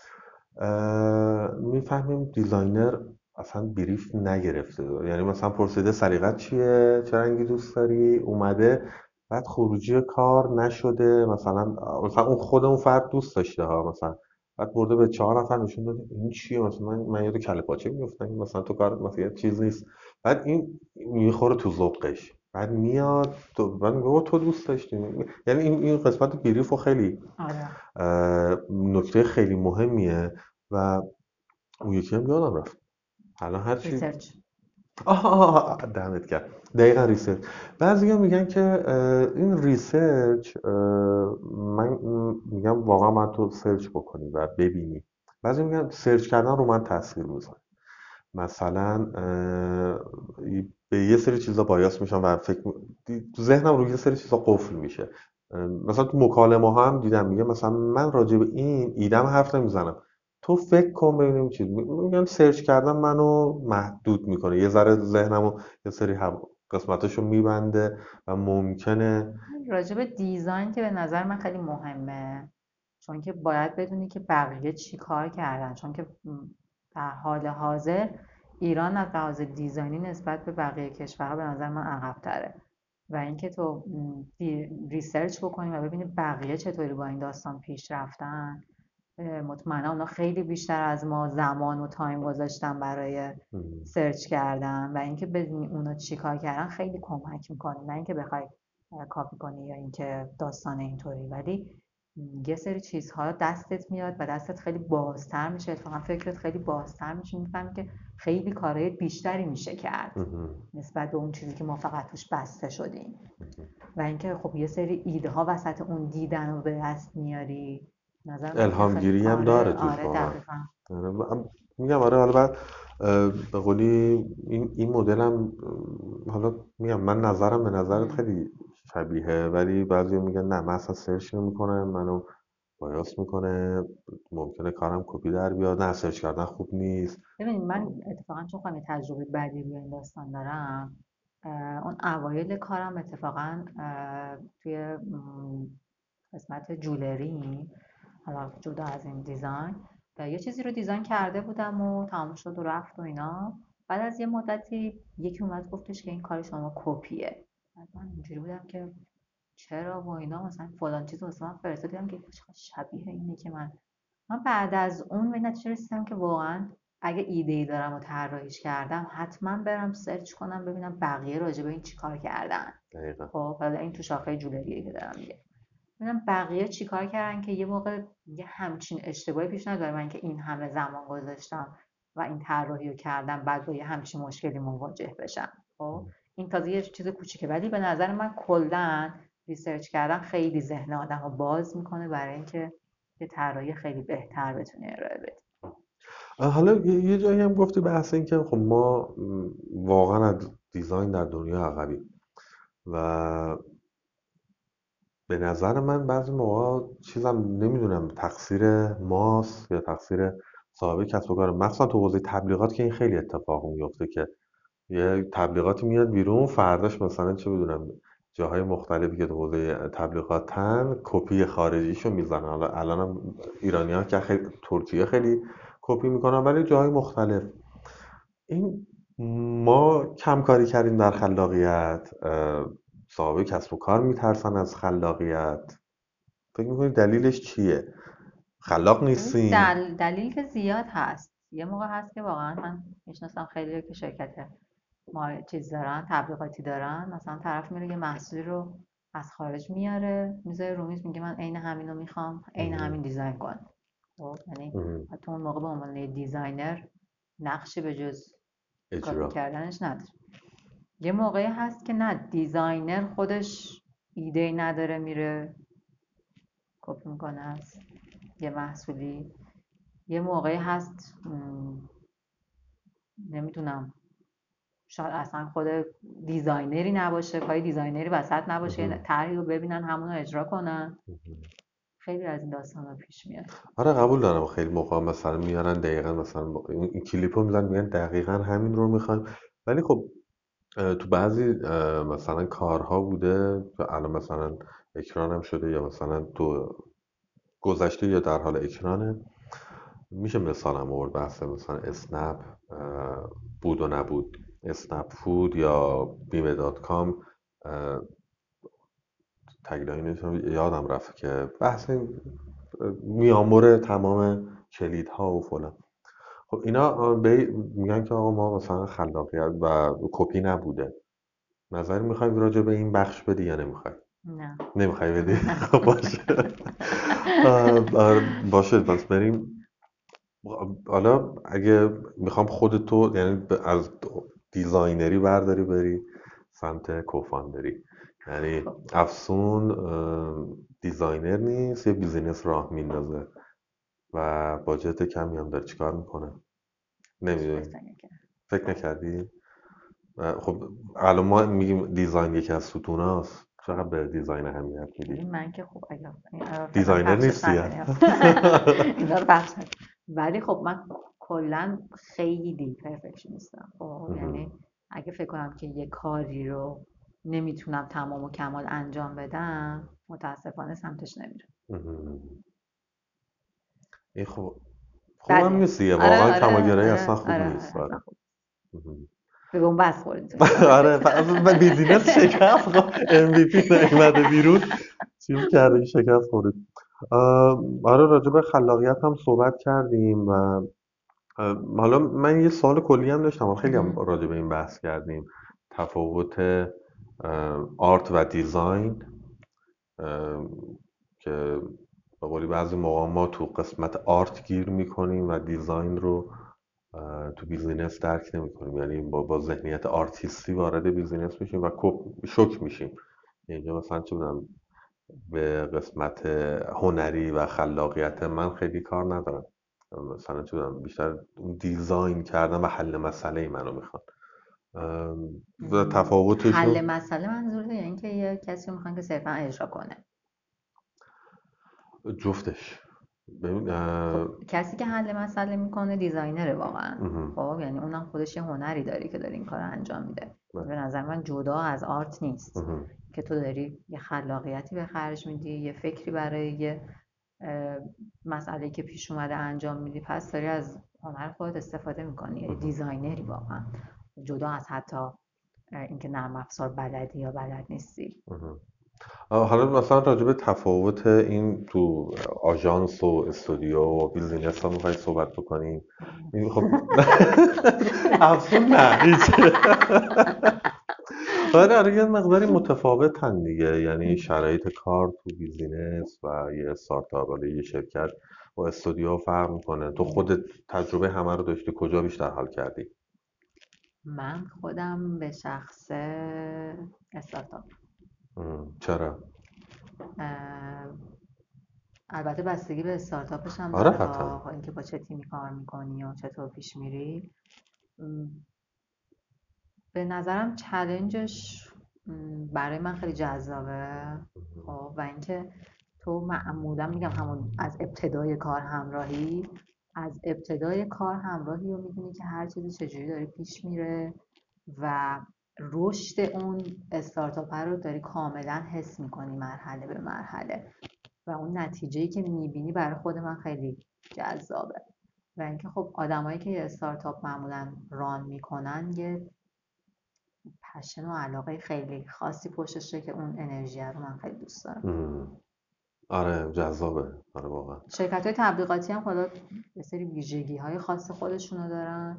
میفهمیم دیزاینر اصلا بریف نگرفته، یعنی مثلا پرسیده سلیقت چیه، چه رنگی دوست داری، اومده بعد خروجی کار نشده. مثلا مثلا اون خود اون فرد دوست داشته ها، مثلا بعد برده به چهار نفر نشون داده این چیه، مثلا من, من یاد کله پاچه میگفتم، مثلا تو کارت مثلا یه چیز نیست. بعد این میخوره تو ذوقش، بعد میاد تو بعد میگه تو دوست داشتی. یعنی این این قسمت بریف رو خیلی
آره.
نکته خیلی مهمیه. و اون یکی هم یادم رفت الان هرچی.
ریسرچ.
آها آها آها، دمت کرد. دقیقا ریسرچ. بعضی میگن که این ریسرچ، من میگم واقعا من تو سرچ بکنی و ببینی. بعضی میگن سرچ کردن رو من تاثیر میذاره. مثلا به یه سری چیزا بایاس میشم و فکر تو ذهنم روی یه سری چیزا قفل میشه. مثلا تو مکالمه ها هم دیدم میگه مثلا من راجع به این ایدم حرف نمیزنم، تو فکر کن ببینیم چیز. میگم سرچ کردن منو محدود میکنه، یه ذره ذهنمو یه سری هم قسمتاشو میبنده و ممکنه.
راجع به دیزاین که به نظر من خیلی مهمه، چون که باید بدونی که بقیه چی کار کردن، چون که در حال حاضر ایران از لحاظ دیزاینی نسبت به بقیه کشورها به نظر من عقب‌تره و اینکه تو ریسرچ بکنی و ببینی بقیه چطوری با این داستان پیش رفتن، مطمئنا اونا خیلی بیشتر از ما زمان و تایم گذاشتن برای سرچ کردن و اینکه بدونی اونا چی کار کردن خیلی کمک میکنه. نه اینکه بخوای کاپی کنی یا اینکه داستان اینطوری، ولی یه سری چیزها دستت میاد و دستت خیلی بازتر میشه، اتفاقا فکرت خیلی بازتر میشه، میفهمی که خیلی کارهای بیشتری میشه کرد نسبت به اون چیزی که ما فقط توش بسته شدیم. و اینکه خب یه سری ایده ها وسط اون دیدن رو به دست میاری، نظر من که
الهام
خیلی
گیری هم
آره
داره توش
آره
واقعا.
دقیقاً.
آره، من- میگم آره. حالا بعد به قولی این این مدل هم، حالا میگم من نظرم به نظرت خیلی شبیه، ولی بعضی میگن نه من اصلا سرچ نمیکنم، منو بایاس میکنه، ممکنه کارم کپی در بیاد، نه سرچ کردن خوب نیست.
ببینید من اتفاقا چون خواهم تجربه بعدی روی این داستان دارم، اون اوایل کارم اتفاقا توی قسمت جولری حالا جدا از این دیزاین یه چیزی رو دیزاین کرده بودم و تمام شد و رفت و اینا. بعد از یه مدتی یکی اومد گفتش که این کار شما کپیه. بعد من اینجوری بودم که چرا و اینا، مثلا فلان چیز واسه من فرستادم که شبیه اینه که من من بعد از اون به نتیجه رسیدم که واقعا اگه ایده ای دارم و طراحیش کردم حتما برم سرچ کنم ببینم بقیه راجع به این چیکار کردن.
دقیقاً.
خب حالا این تو شاخه جولریه که دارم میگم، ببینم بقیه چیکار کردن که یه موقع یه همچین اشتباهی پیش نیاد من که این همه زمان گذاشتم و این طراحی رو کردم بعد با یه همچین مشکلی مواجه بشم. خب این تازه یه چیز کوچیکه، ولی به نظر من کلا ریسرچ کردن خیلی ذهن آدم رو باز میکنه برای اینکه یه طراحی خیلی بهتر بتونه ارائه بده.
حالا یه یه جایی هم گفتی بحث این که خب ما م، واقعا از دیزاین در دنیا عقبیم و به نظر من بعضی موقع چیزم نمیدونم تقصیر ماست یا تقصیر صاحب کسب و کار، مخصوصا تو حوزه تبلیغات که این خیلی اتفاق میفته که یه تبلیغاتی میاد بیرون فرداش مثلا چه بدونم جاهای مختلفی که تو حوزه تبلیغاتن کپی خارجیشو میزنن. حالا الانم ایرانی ها که خیلی ترکیه خیلی کپی میکنن ولی جاهای مختلف. این ما کم کاری کردیم در خلاقیت، اه، صاحب کسب و کار میترسن از خلاقیت. فکر میکنید دلیلش چیه؟ خلاق نیستیم؟
دل... دلیل که زیاد هست. یه موقع هست که واقعا من میشناسم خیلی که شرکت ما چیز دارن تبلیغاتی دارن، مثلا طرف میره یه محصولی رو از خارج میاره میذاره رو میز میگه من عین همین رو میخوام عین همین دیزاین کن. خب یعنی حتی اون موقع به عنوان یه دیزاینر نقشی به جز کپی
اجرا.
کردنش نداره. یه موقعی هست که نه، دیزاینر خودش ایده نداره میره کپی میکنه از یه محصولی. یه موقعی هست نمیدونم شاید اصلا خود دیزاینری نباشه، پای دیزاینری وسط نباشه، طرحی رو ببینن همون رو اجرا کنن. خیلی از این داستانا پیش میاد.
آره قبول دارم خیلی موقع مثلا میارن دقیقا مثلا با- این این کلیپ رو میزنن میگن دقیقا همین رو میخوایم، ولی خب اه، تو بعضی اه، مثلا کارها بوده که الان مثلا اکران هم شده یا مثلا تو گذشته یا در حال اکرانه. میشه مثال هم آورد بحث مثلا اسنپ اه، بود و نبود، اسنپ فود یا بیمه دات کام تگلاینش رو یادم رفت که بحث این میامور تمام کلیدها و فلان. خب اینا به میگن که آقا ما مثلا خلاقیت و کپی نبوده. نظری میخوای راجع به این بخش بدی یا نمیخوای؟
نه
نمیخوای بدی؟ خب باشه. آه، آه، باشه بس بریم. حالا اگه میخوام خودتو یعنی ب- از دیزاینری برداری بری سمت کوفاندری، یعنی
خب
افسون اه، دیزاینر نیست یه بیزینس راه میندازه و باجت کمی هم داره چیکار میکنه نمیدونی؟
بهتر نکرد.
فکر نکردی؟ و خب الان ما میگیم دیزاین یکی از ستوناست، چقدر به دیزاین اهمیت
ولی
میدی؟
من که خب اگر این رو فعلا
دیزاینر
پخشش
نیستی یا؟
نکنیم اینا رو پخش نکنیم. ولی خب من کلا خیلی پرفکشنیستم. خب یعنی اگه فکر کنم که یه کاری رو نمیتونم تمام و کمال انجام بدم متاسفانه سمتش نمیرم.
این خب خوبم
بده.
نیستی
آره
واقعا
آره
کمالگرایی اصلا
آره
خوب
آره
نیست.
آره اصلا
آره.
خوب. به بنبست خوردی تو این
آره
رابطه.
اصلا بیزینس شکست ام وی پی نیومده بیرون چیز کرده شکست خورد. آره راجع به خلاقیت هم صحبت کردیم و اه، حالا من یه سوال کلی هم داشتم و خیلی هم راجع به این بحث کردیم تفاوت اه، آرت و دیزاین، اه، که به قولی بعضی موقع ما تو قسمت آرت گیر میکنیم و دیزاین رو اه، تو بیزینس درک نمیکنیم، یعنی با, با ذهنیت آرتیستی وارد بیزینس میشیم و کپ- شوک میشیم. اینجا مثلا چه می‌دونم به قسمت هنری و خلاقیت من خیلی کار ندارم، مثلا چه می‌دونم بیشتر اون دیزاین کردن و حل مسئله منو میخوان و
حل
تفاوتشون
مسئله منظورته یعنی که یه کسی رو میخوان که صرفا اجرا کنه.
جفتش. ببین
خب
اه،
کسی که حل مسئله میکنه دیزاینره واقعا.
مهم.
خب یعنی اونم خودش یه هنری داره که داره این کار رو انجام میده.
بله.
به نظر من جدا از آرت نیست
مهم.
که تو داری یه خلاقیتی به خرج میدی، یه فکری برای یه مسئله که پیش اومده انجام میدی، پس داری از هنر خودت استفاده میکنی، یعنی دیزاینری واقعا، جدا از حتی اینکه نرم افزار بلدی یا بلد نیستی.
حالا مثلا راجع به تفاوت این تو آژانس و استودیو و بیزینس هم میخوایی صحبت بکنیم؟ این خب افسون نه هیچ. آره آره یه مقداری متفاوتن دیگه، یعنی شرایط کار تو بیزینس و یه استارتاپ ولی یه شرکت و استودیو فرق میکنه. تو خودت تجربه همه رو داشتی، کجا بیشتر حال کردی؟
من خودم به شخص استارتاپ.
چرا؟
البته بستگی به استارتاپش هم
آره
داره
قطعا.
ها، اینکه با چه تیمی کار میکنی و چطور پیش میری. به نظرم چلنجش برای من خیلی جذابه. خب و اینکه تو معمولا میگم همون از ابتدای کار همراهی از ابتدای کار همراهی و میدونی که هر چیزی چجوری داره پیش میره و رشد اون استارتاپ رو داری کاملا حس میکنی مرحله به مرحله و اون نتیجه‌ای که میبینی برای خود من خیلی جذابه. و اینکه خب آدمایی که یه استارتاپ معمولا ران میکنن یه پشن و علاقه خیلی خاصی پشتشه که اون انرژی رو من خیلی دوست دارم.
آره جذابه. آره واقعا.
شرکت های تبلیغاتی هم خدا یه سری ویژگی های خاص خودشونو دارن،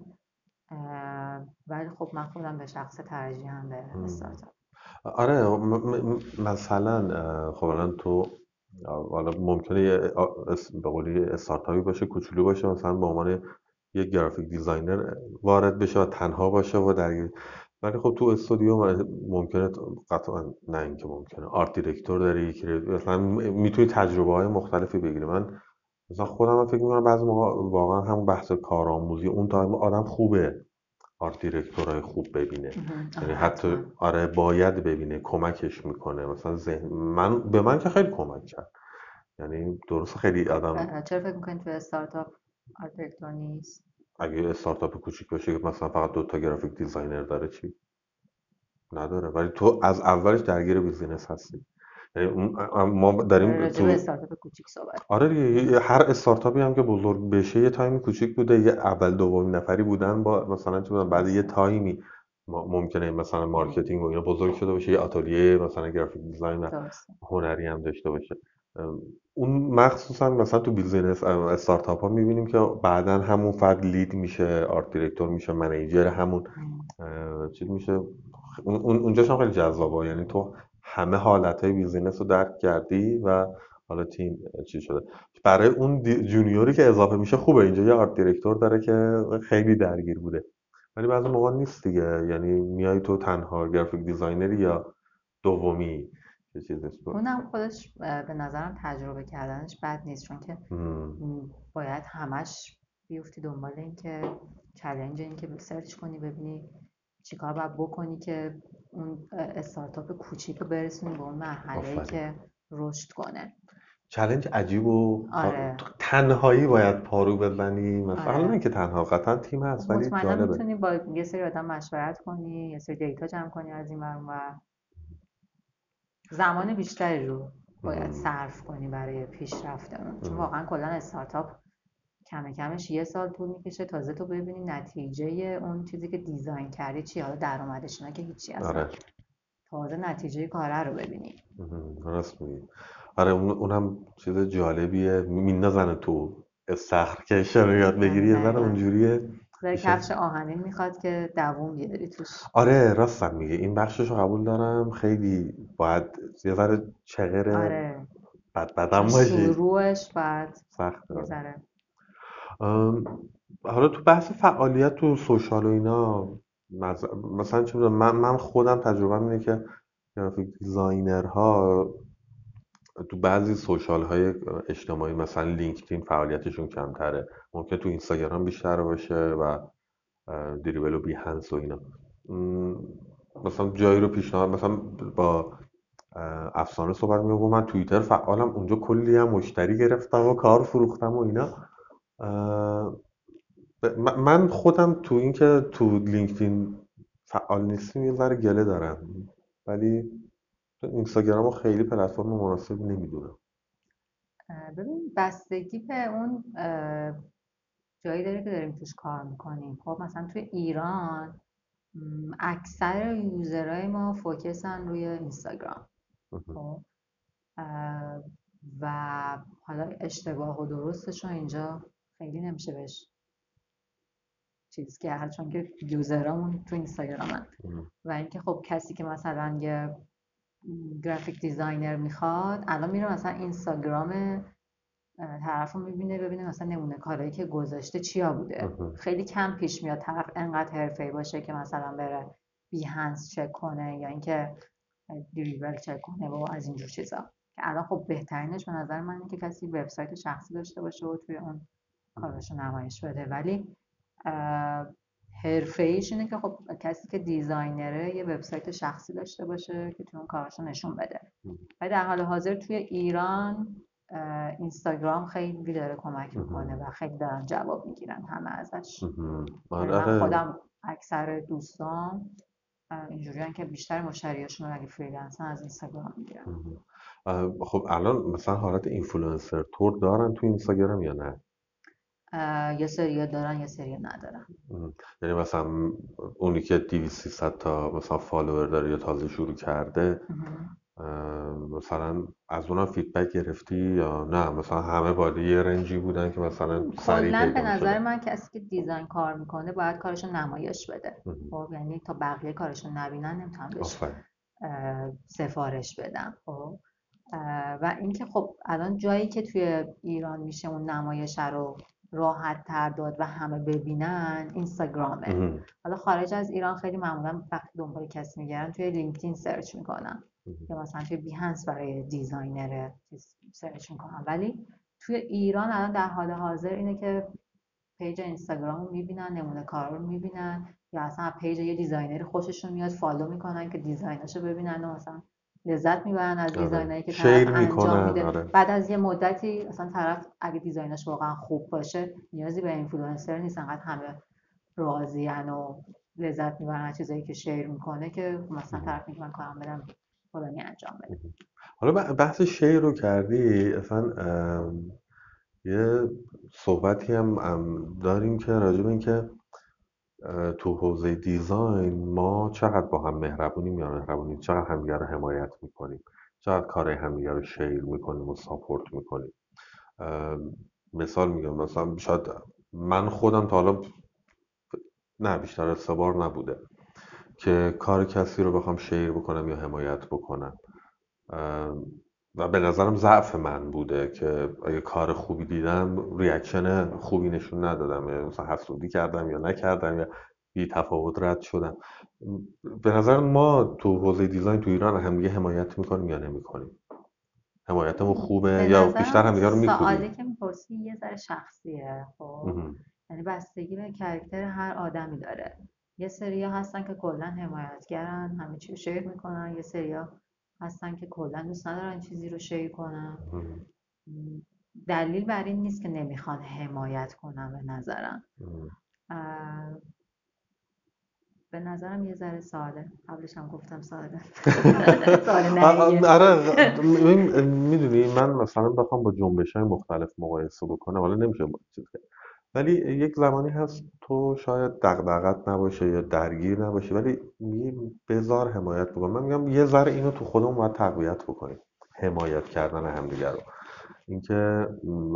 ولی خب من خودم به شخص ترجیحم به استارتاپ.
آره م- م- مثلا خب الان تو حالا ممکنه یه به قولی استارتاپی باشه، کوچولو باشه، مثلا به عنوان یک گرافیک دیزاینر وارد بشه و تنها باشه و درگیر، ولی خب تو استودیو ممکنه قطعا نه اینکه ممکنه آرت دیرکتور داری که مثلا میتونی تجربه های مختلفی بگیری. من مثلا خودم هم فکر می‌کنم بعضی موقع واقعا همون بحث کارآموزی اون تایم آدم خوبه آرت دیرکتورای خوب ببینه، یعنی حتی آره باید ببینه، کمکش میکنه. مثلا ذهن من به من که خیلی کمک کرد، یعنی درست خیلی آدم.
چرا فکر میکنید تو استارتاپ آرت دیرکتور نیست؟
اگه استارتاپ کوچیک باشه که مثلا فقط دو تا گرافیک دیزاینر داره چی؟ نداره، ولی تو از اولش درگیر بیزینس هستی. یعنی ما داریم
راجع به
تو
استارتاپ کوچیک صحبت.
آره دیگه هر استارتاپی هم که بزرگ بشه یه تایمی کوچیک بوده، یه اول دومین نفری بودن با مثلا چه می‌دونم بعد یه تایمی ممکنه مثلا مارکتینگ و اینا بزرگ شده باشه، یه آتلیه مثلا گرافیک دیزاین و هنری هم داشته باشه. اون مخصوصا مثلا تو بیزینس استارتاپ ها می‌بینیم که بعداً همون فرد لید میشه، آرت دیرکتور میشه، منیجر همون چیز میشه. اون اونجاش هم خیلی جذابه، یعنی تو همه حالتهای بیزینس رو درک کردی و حالا تیم چی شده. برای اون جونیوری که اضافه میشه خوبه اینجا یه آرت دیرکتور داره که خیلی درگیر بوده، ولی بعضی موقع نیست دیگه، یعنی میای تو تنها گرافیک دیزاینری یا دومی چه چیزی است.
اونم خودش به نظرم تجربه کردنش بد نیست، چون که باید همش بیفتی دنبال این که چالش این که سرچ کنی ببینی چیکار باید بکنی که اون استارتاپ کوچیک رو برسونی به اون مرحله‌ای که رشد کنه.
چالش عجیب و
آره.
تنهایی باید پارو بزنی مثلا.
آره.
نه که تنها قطعا تیم هست ولی
مطمئنا
جالبه.
میتونی با یه سری آدم مشورت کنی، یه سری دیتا جمع کنی از این ور اون ور. زمان بیشتری رو باید صرف کنی برای پیشرفت اون، چون واقعا کلا استارتاپ کم کمش یه سال طول میکشه تازه تو ببینی نتیجه اون چیزی که دیزاین کردی چی، حالا درآمدش نه که هیچی اصلا. آره. تازه نتیجه کاره رو ببینی.
درست میگی. آره اون اونم چیز جالبیه، میندازن تو استخر که رو یاد بگیری یه ذره اونجوریه.
کفش آهنین میخواد که دووم بیاری توش.
آره راستم میگه، این بخشش رو قبول دارم، خیلی باید یه ذره چغر
آره.
بد بدم باشی،
شروعش باید
سخته.
یه ذره.
حالا تو بحث فعالیت تو سوشال و اینا مثلا چه می‌دونم، من من خودم تجربه اینه که گرافیک دیزاینرها تو بعضی سوشال های اجتماعی مثلا لینکدین فعالیتشون کمتره، ممکن تو اینستاگرام بیشتر باشه و دریبل و بیهنس و اینا. مثلا جایی رو پیشنهاد مثلا با افسانه صحبت می‌کنم، من توییتر فعالم، اونجا کلی هم مشتری گرفتم و کار فروختم و اینا. من خودم تو این که تو لینکدین فعال نیستیم یه ذره گله دارم، ولی اینستاگرام رو خیلی پلتفرم مناسب نمیدونم.
اه، ببین بستگی به اون اه، جایی داره که داریم توش کار میکنیم. خب مثلا توی ایران م، اکثر یوزرهای ما فوکسن روی اینستاگرام. خب اه، و حالا اشتباه و درستش رو اینجا خیلی نمیشه بهش چیز کرد، چون که یوزرامون تو اینستاگرامن. و اینکه خب کسی که مثلا یه گرافیک دیزاینر میخواد الان میره مثلا اینستاگرام طرف رو میبینه، ببینه مثلا نمونه کارهایی که گذاشته چیا بوده. خیلی کم پیش میاد طرف انقدر حرفه‌ای باشه که مثلا بره بیهنس چک کنه یا اینکه دریبل چک کنه و از اینجور چیزا، که الان خب بهترینش به نظر من اینه که کسی وبسایت شخصی داشته باشه و توی اون کاراشو نمایش بده. ولی حرفه‌ایش اینه که خب کسی که دیزاینره یه وبسایت شخصی داشته باشه که توی اون کاراشو نشون بده. ولی در حال حاضر توی ایران اینستاگرام خیلی داره کمک میکنه و خیلی دارن جواب میگیرن همه ازش. یعنی من خودم اکثر دوستان اینجوریان که بیشتر مشتریاشون رو اگه فریلنسن از اینستاگرام میگیرن.
خب الان مثلا حالت اینفلوئنسر تور دارن تو اینستاگرام یا نه؟
یه سری دارن یه سری ندارن.
یعنی مثلا اونی که دویست سیصد تا مثلا فالوور داره یا تازه شروع کرده مثلا از اونها فیدبک گرفتی یا نه؟ مثلا همه باید یه رنجی بودن که مثلا سریع
کلا به
پیدا
نظر
شده؟
من کسی که دیزاین کار میکنه باید کارشو نمایش بده. خب یعنی تا بقیه کارشو نبینن نمیتونن بهش سفارش بدن. خب و اینکه خب الان جایی که توی ایران میشه اون نمایش رو راحت تر داد و همه ببینن اینستاگرامه. حالا خارج از ایران خیلی معمولا وقتی دنبال کسی میگردن توی لینکدین سرچ میکنن یا مثلا توی بیهنس برای دیزاینر سرچ میکنن. ولی توی ایران الان در حال حاضر اینه که پیج اینستاگرام رو میبینن، نمونه کارا رو میبینن، یا اصلا پیج یه دیزاینری خوششون میاد فالو میکنن که دیزایناشو ببینن و مثلا لذت میبرن از دیزاینایی که طرف انجام میده. آره. بعد از یه مدتی اصلا طرف اگه دیزایناش واقعا خوب باشه نیازی به اینفلوئنسر نیست، انقدر همه راضین و لذت میبرن از چیزایی که شیر میکنه که مثلا طرف میگه من کارم بدم فلانی انجام بده.
حالا بحث شیر رو کردی، اصلا یه صحبتی هم داریم که راجع به این که تو حوزه دیزاین ما چقدر با هم مهربونیم یا مهربونیم، چقدر همدیگه رو حمایت میکنیم، چقدر کار همدیگه رو شیر میکنیم و ساپورت میکنیم. مثال میگم، مثلا شاید من خودم تا حالا نه بیشتر از سه بار نبوده که کار کسی رو بخوام شیر بکنم یا حمایت بکنم و به نظرم ضعف من بوده که اگه کار خوبی دیدم ریاکشن خوبی نشون ندادم، یا مثلا حسودی کردم یا نکردم یا بی تفاوت رد شدم. به نظر ما تو حوزه دیزاین تو ایران همدیگه حمایت میکنیم یا نمیکنیم؟ حمایتمون خوبه یا بیشتر همدیگه رو میکوبیم؟
سوالی که میپرسی یه ذره شخصیه. خب یعنی بستگی به کاراکتر هر آدمی داره. یه سریا هستن که کلا حمایتگرن، همه چی رو شیر میکنن. یه سریا هستن که کلا دوست ندارن چیزی رو شیر کنن. دلیل بر این نیست که نمیخوان حمایت کنن به نظرم. به نظرم یه ذره ساده، قبلش هم گفتم ساده. ساده نه.
آره میدونی من مثلا بخوام با جنبش‌های مختلف مقایسه بکنم، حالا نمیشه چیز کرد، ولی یک زمانی هست تو شاید دغدغت نباشه یا درگیر نباشی ولی میگی بذار حمایت بکن. من میگم یه ذره اینو تو خودمون باید تقویت بکنیم، حمایت کردن همدیگه رو. اینکه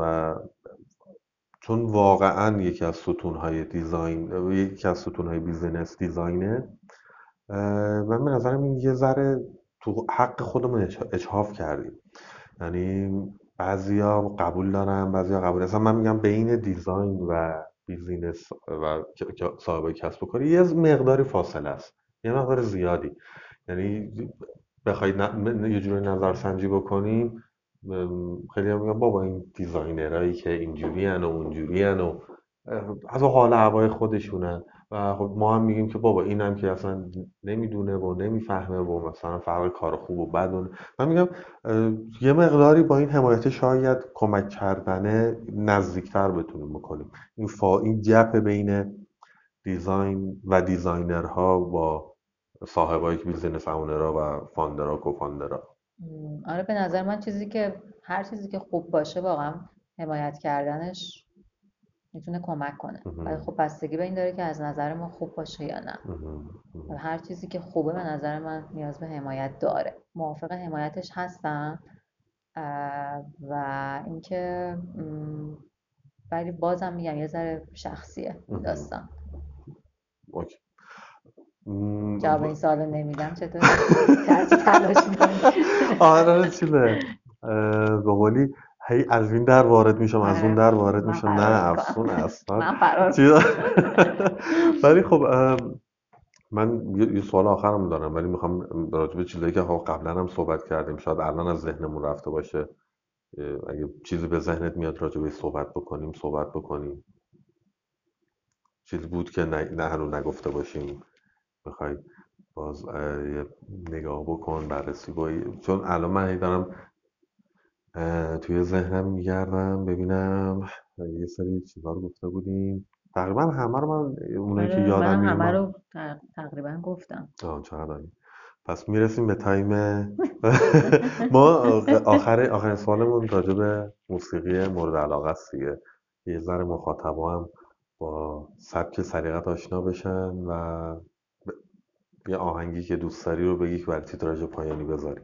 چون واقعا یکی از ستون‌های دیزاین، یکی از ستون‌های بیزینس دیزاینه، من به نظرم این یه ذره تو حق خودمون اجحاف کردیم. یعنی بعضیا قبول دارن بعضیا قبول نیستن. من میگم بین دیزاین و بیزینس و صاحب کسب و کار یه مقداری فاصله است، یه مقدار زیادی. یعنی بخوای یه جوری نظرسنجی بکنیم، خیلی هم میگن بابا این دیزاینرایی که اینجوری هن و اونجوری هن و از حال هوای خودشونن و خب ما هم میگیم که بابا این هم که اصلا نمیدونه و نمیفهمه و مثلا فرق کار خوب و بد. من میگم یه مقداری با این حمایت شاید کمک کردنه نزدیکتر بتونیم بکنیم. این فا این گپ بین دیزاین و دیزاینرها با صاحبای بیزینس اونرها و فاندرها کوفاندرها.
آره به نظر من چیزی که هر چیزی که خوب باشه واقعا حمایت کردنش میتونه کمک کنه، ولی خب بستگی به این داره که از نظر ما خوب باشه یا نه. هر چیزی که خوبه به نظر من نیاز به حمایت داره، موافق حمایتش هستم. و اینکه ولی بازم میگم یه ذره شخصیه داستان.
اوکی.
جواب این سوالو نمیدم چطور تلاش میکنی؟
آره چیله به قولی هی از این در وارد میشم از اون در وارد میشم، نه افسون اصلا
من فرار
ولی خب من یه سوال آخرم دارم، ولی میخوام راجع به چیزایی که خب قبلا هم صحبت کردیم شاید الان از ذهنمون رفته باشه، اگه چیزی به ذهنت میاد راجع به صحبت بکنیم صحبت بکنیم. چیزی بود که نه, نه هنوز نگفته باشیم بخوای باز یه نگاه بکن بررسی بایی، چون الان من هی دارم توی ذهنم میگردم ببینم یه سری چیزا رو گفته بودیم تقریبا همه رو من اونایی که یادم میاد
همه رو تقریبا گفتم.
آه چقدر پس میرسیم به تایم ما آخر آخرین سوالمون راجع به موسیقی مورد علاقه است دیگه، یه ذره مخاطبا هم با سبک سلیقت آشنا بشن و یه آهنگی که دوست داری رو بگی که برای تیتراژ پایانی بذاری.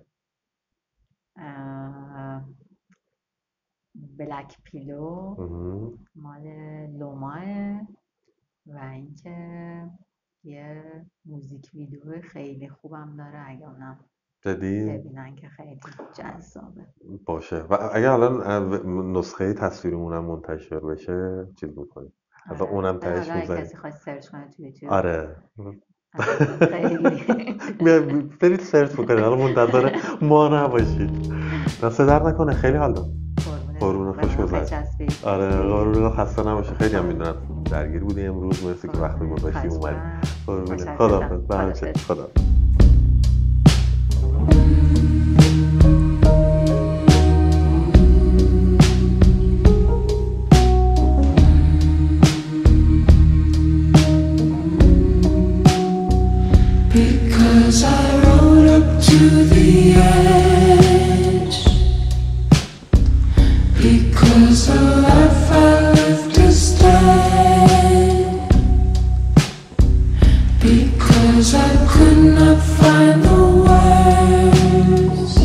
بلک پیلو مال لوماه و اینکه یه موزیک ویدیو خیلی خوبم داره، اگه اونم ببینن که خیلی جذابه
باشه. و اگه الان نسخه تصویریمونم منتشر بشه چیز میکنیم از اونم تهش میزنیم،
اگه کسی خواهد سرچ کنه توی یوتیوب.
آره
خیلی
برید سرچ بکنید، حالا منتظر ما نباشید. دست درد نکنه، خیلی حال داد. قربون خوش گذشت. آره قربون خسته نباشه، خیلی هم میدونم درگیر بودی امروز، مرسی که وقت گذاشتی اومدی. قربون خداحافظ. بچه خدا.
Because I rode up to the edge, because the life I lived is dead, because I could not find the words,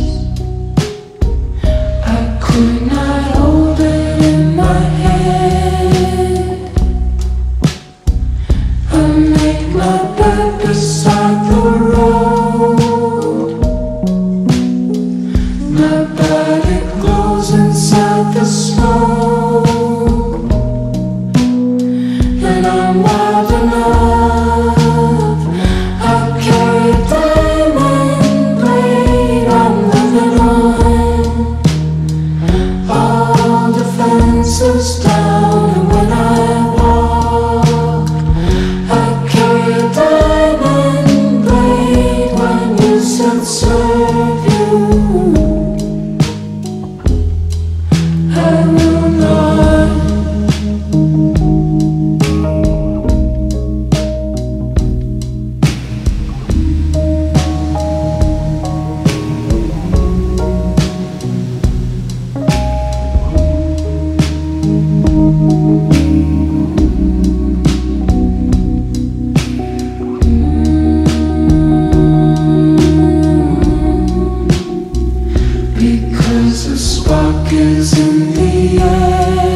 I could not hold it in my head, I make my bed beside the road, my body glows inside the smoke, and I'm wild enough, I carry a diamond blade I'm living on, all defenses down, and when I walk I carry a diamond blade when you said serve you, I will not. Because the spark is in the air,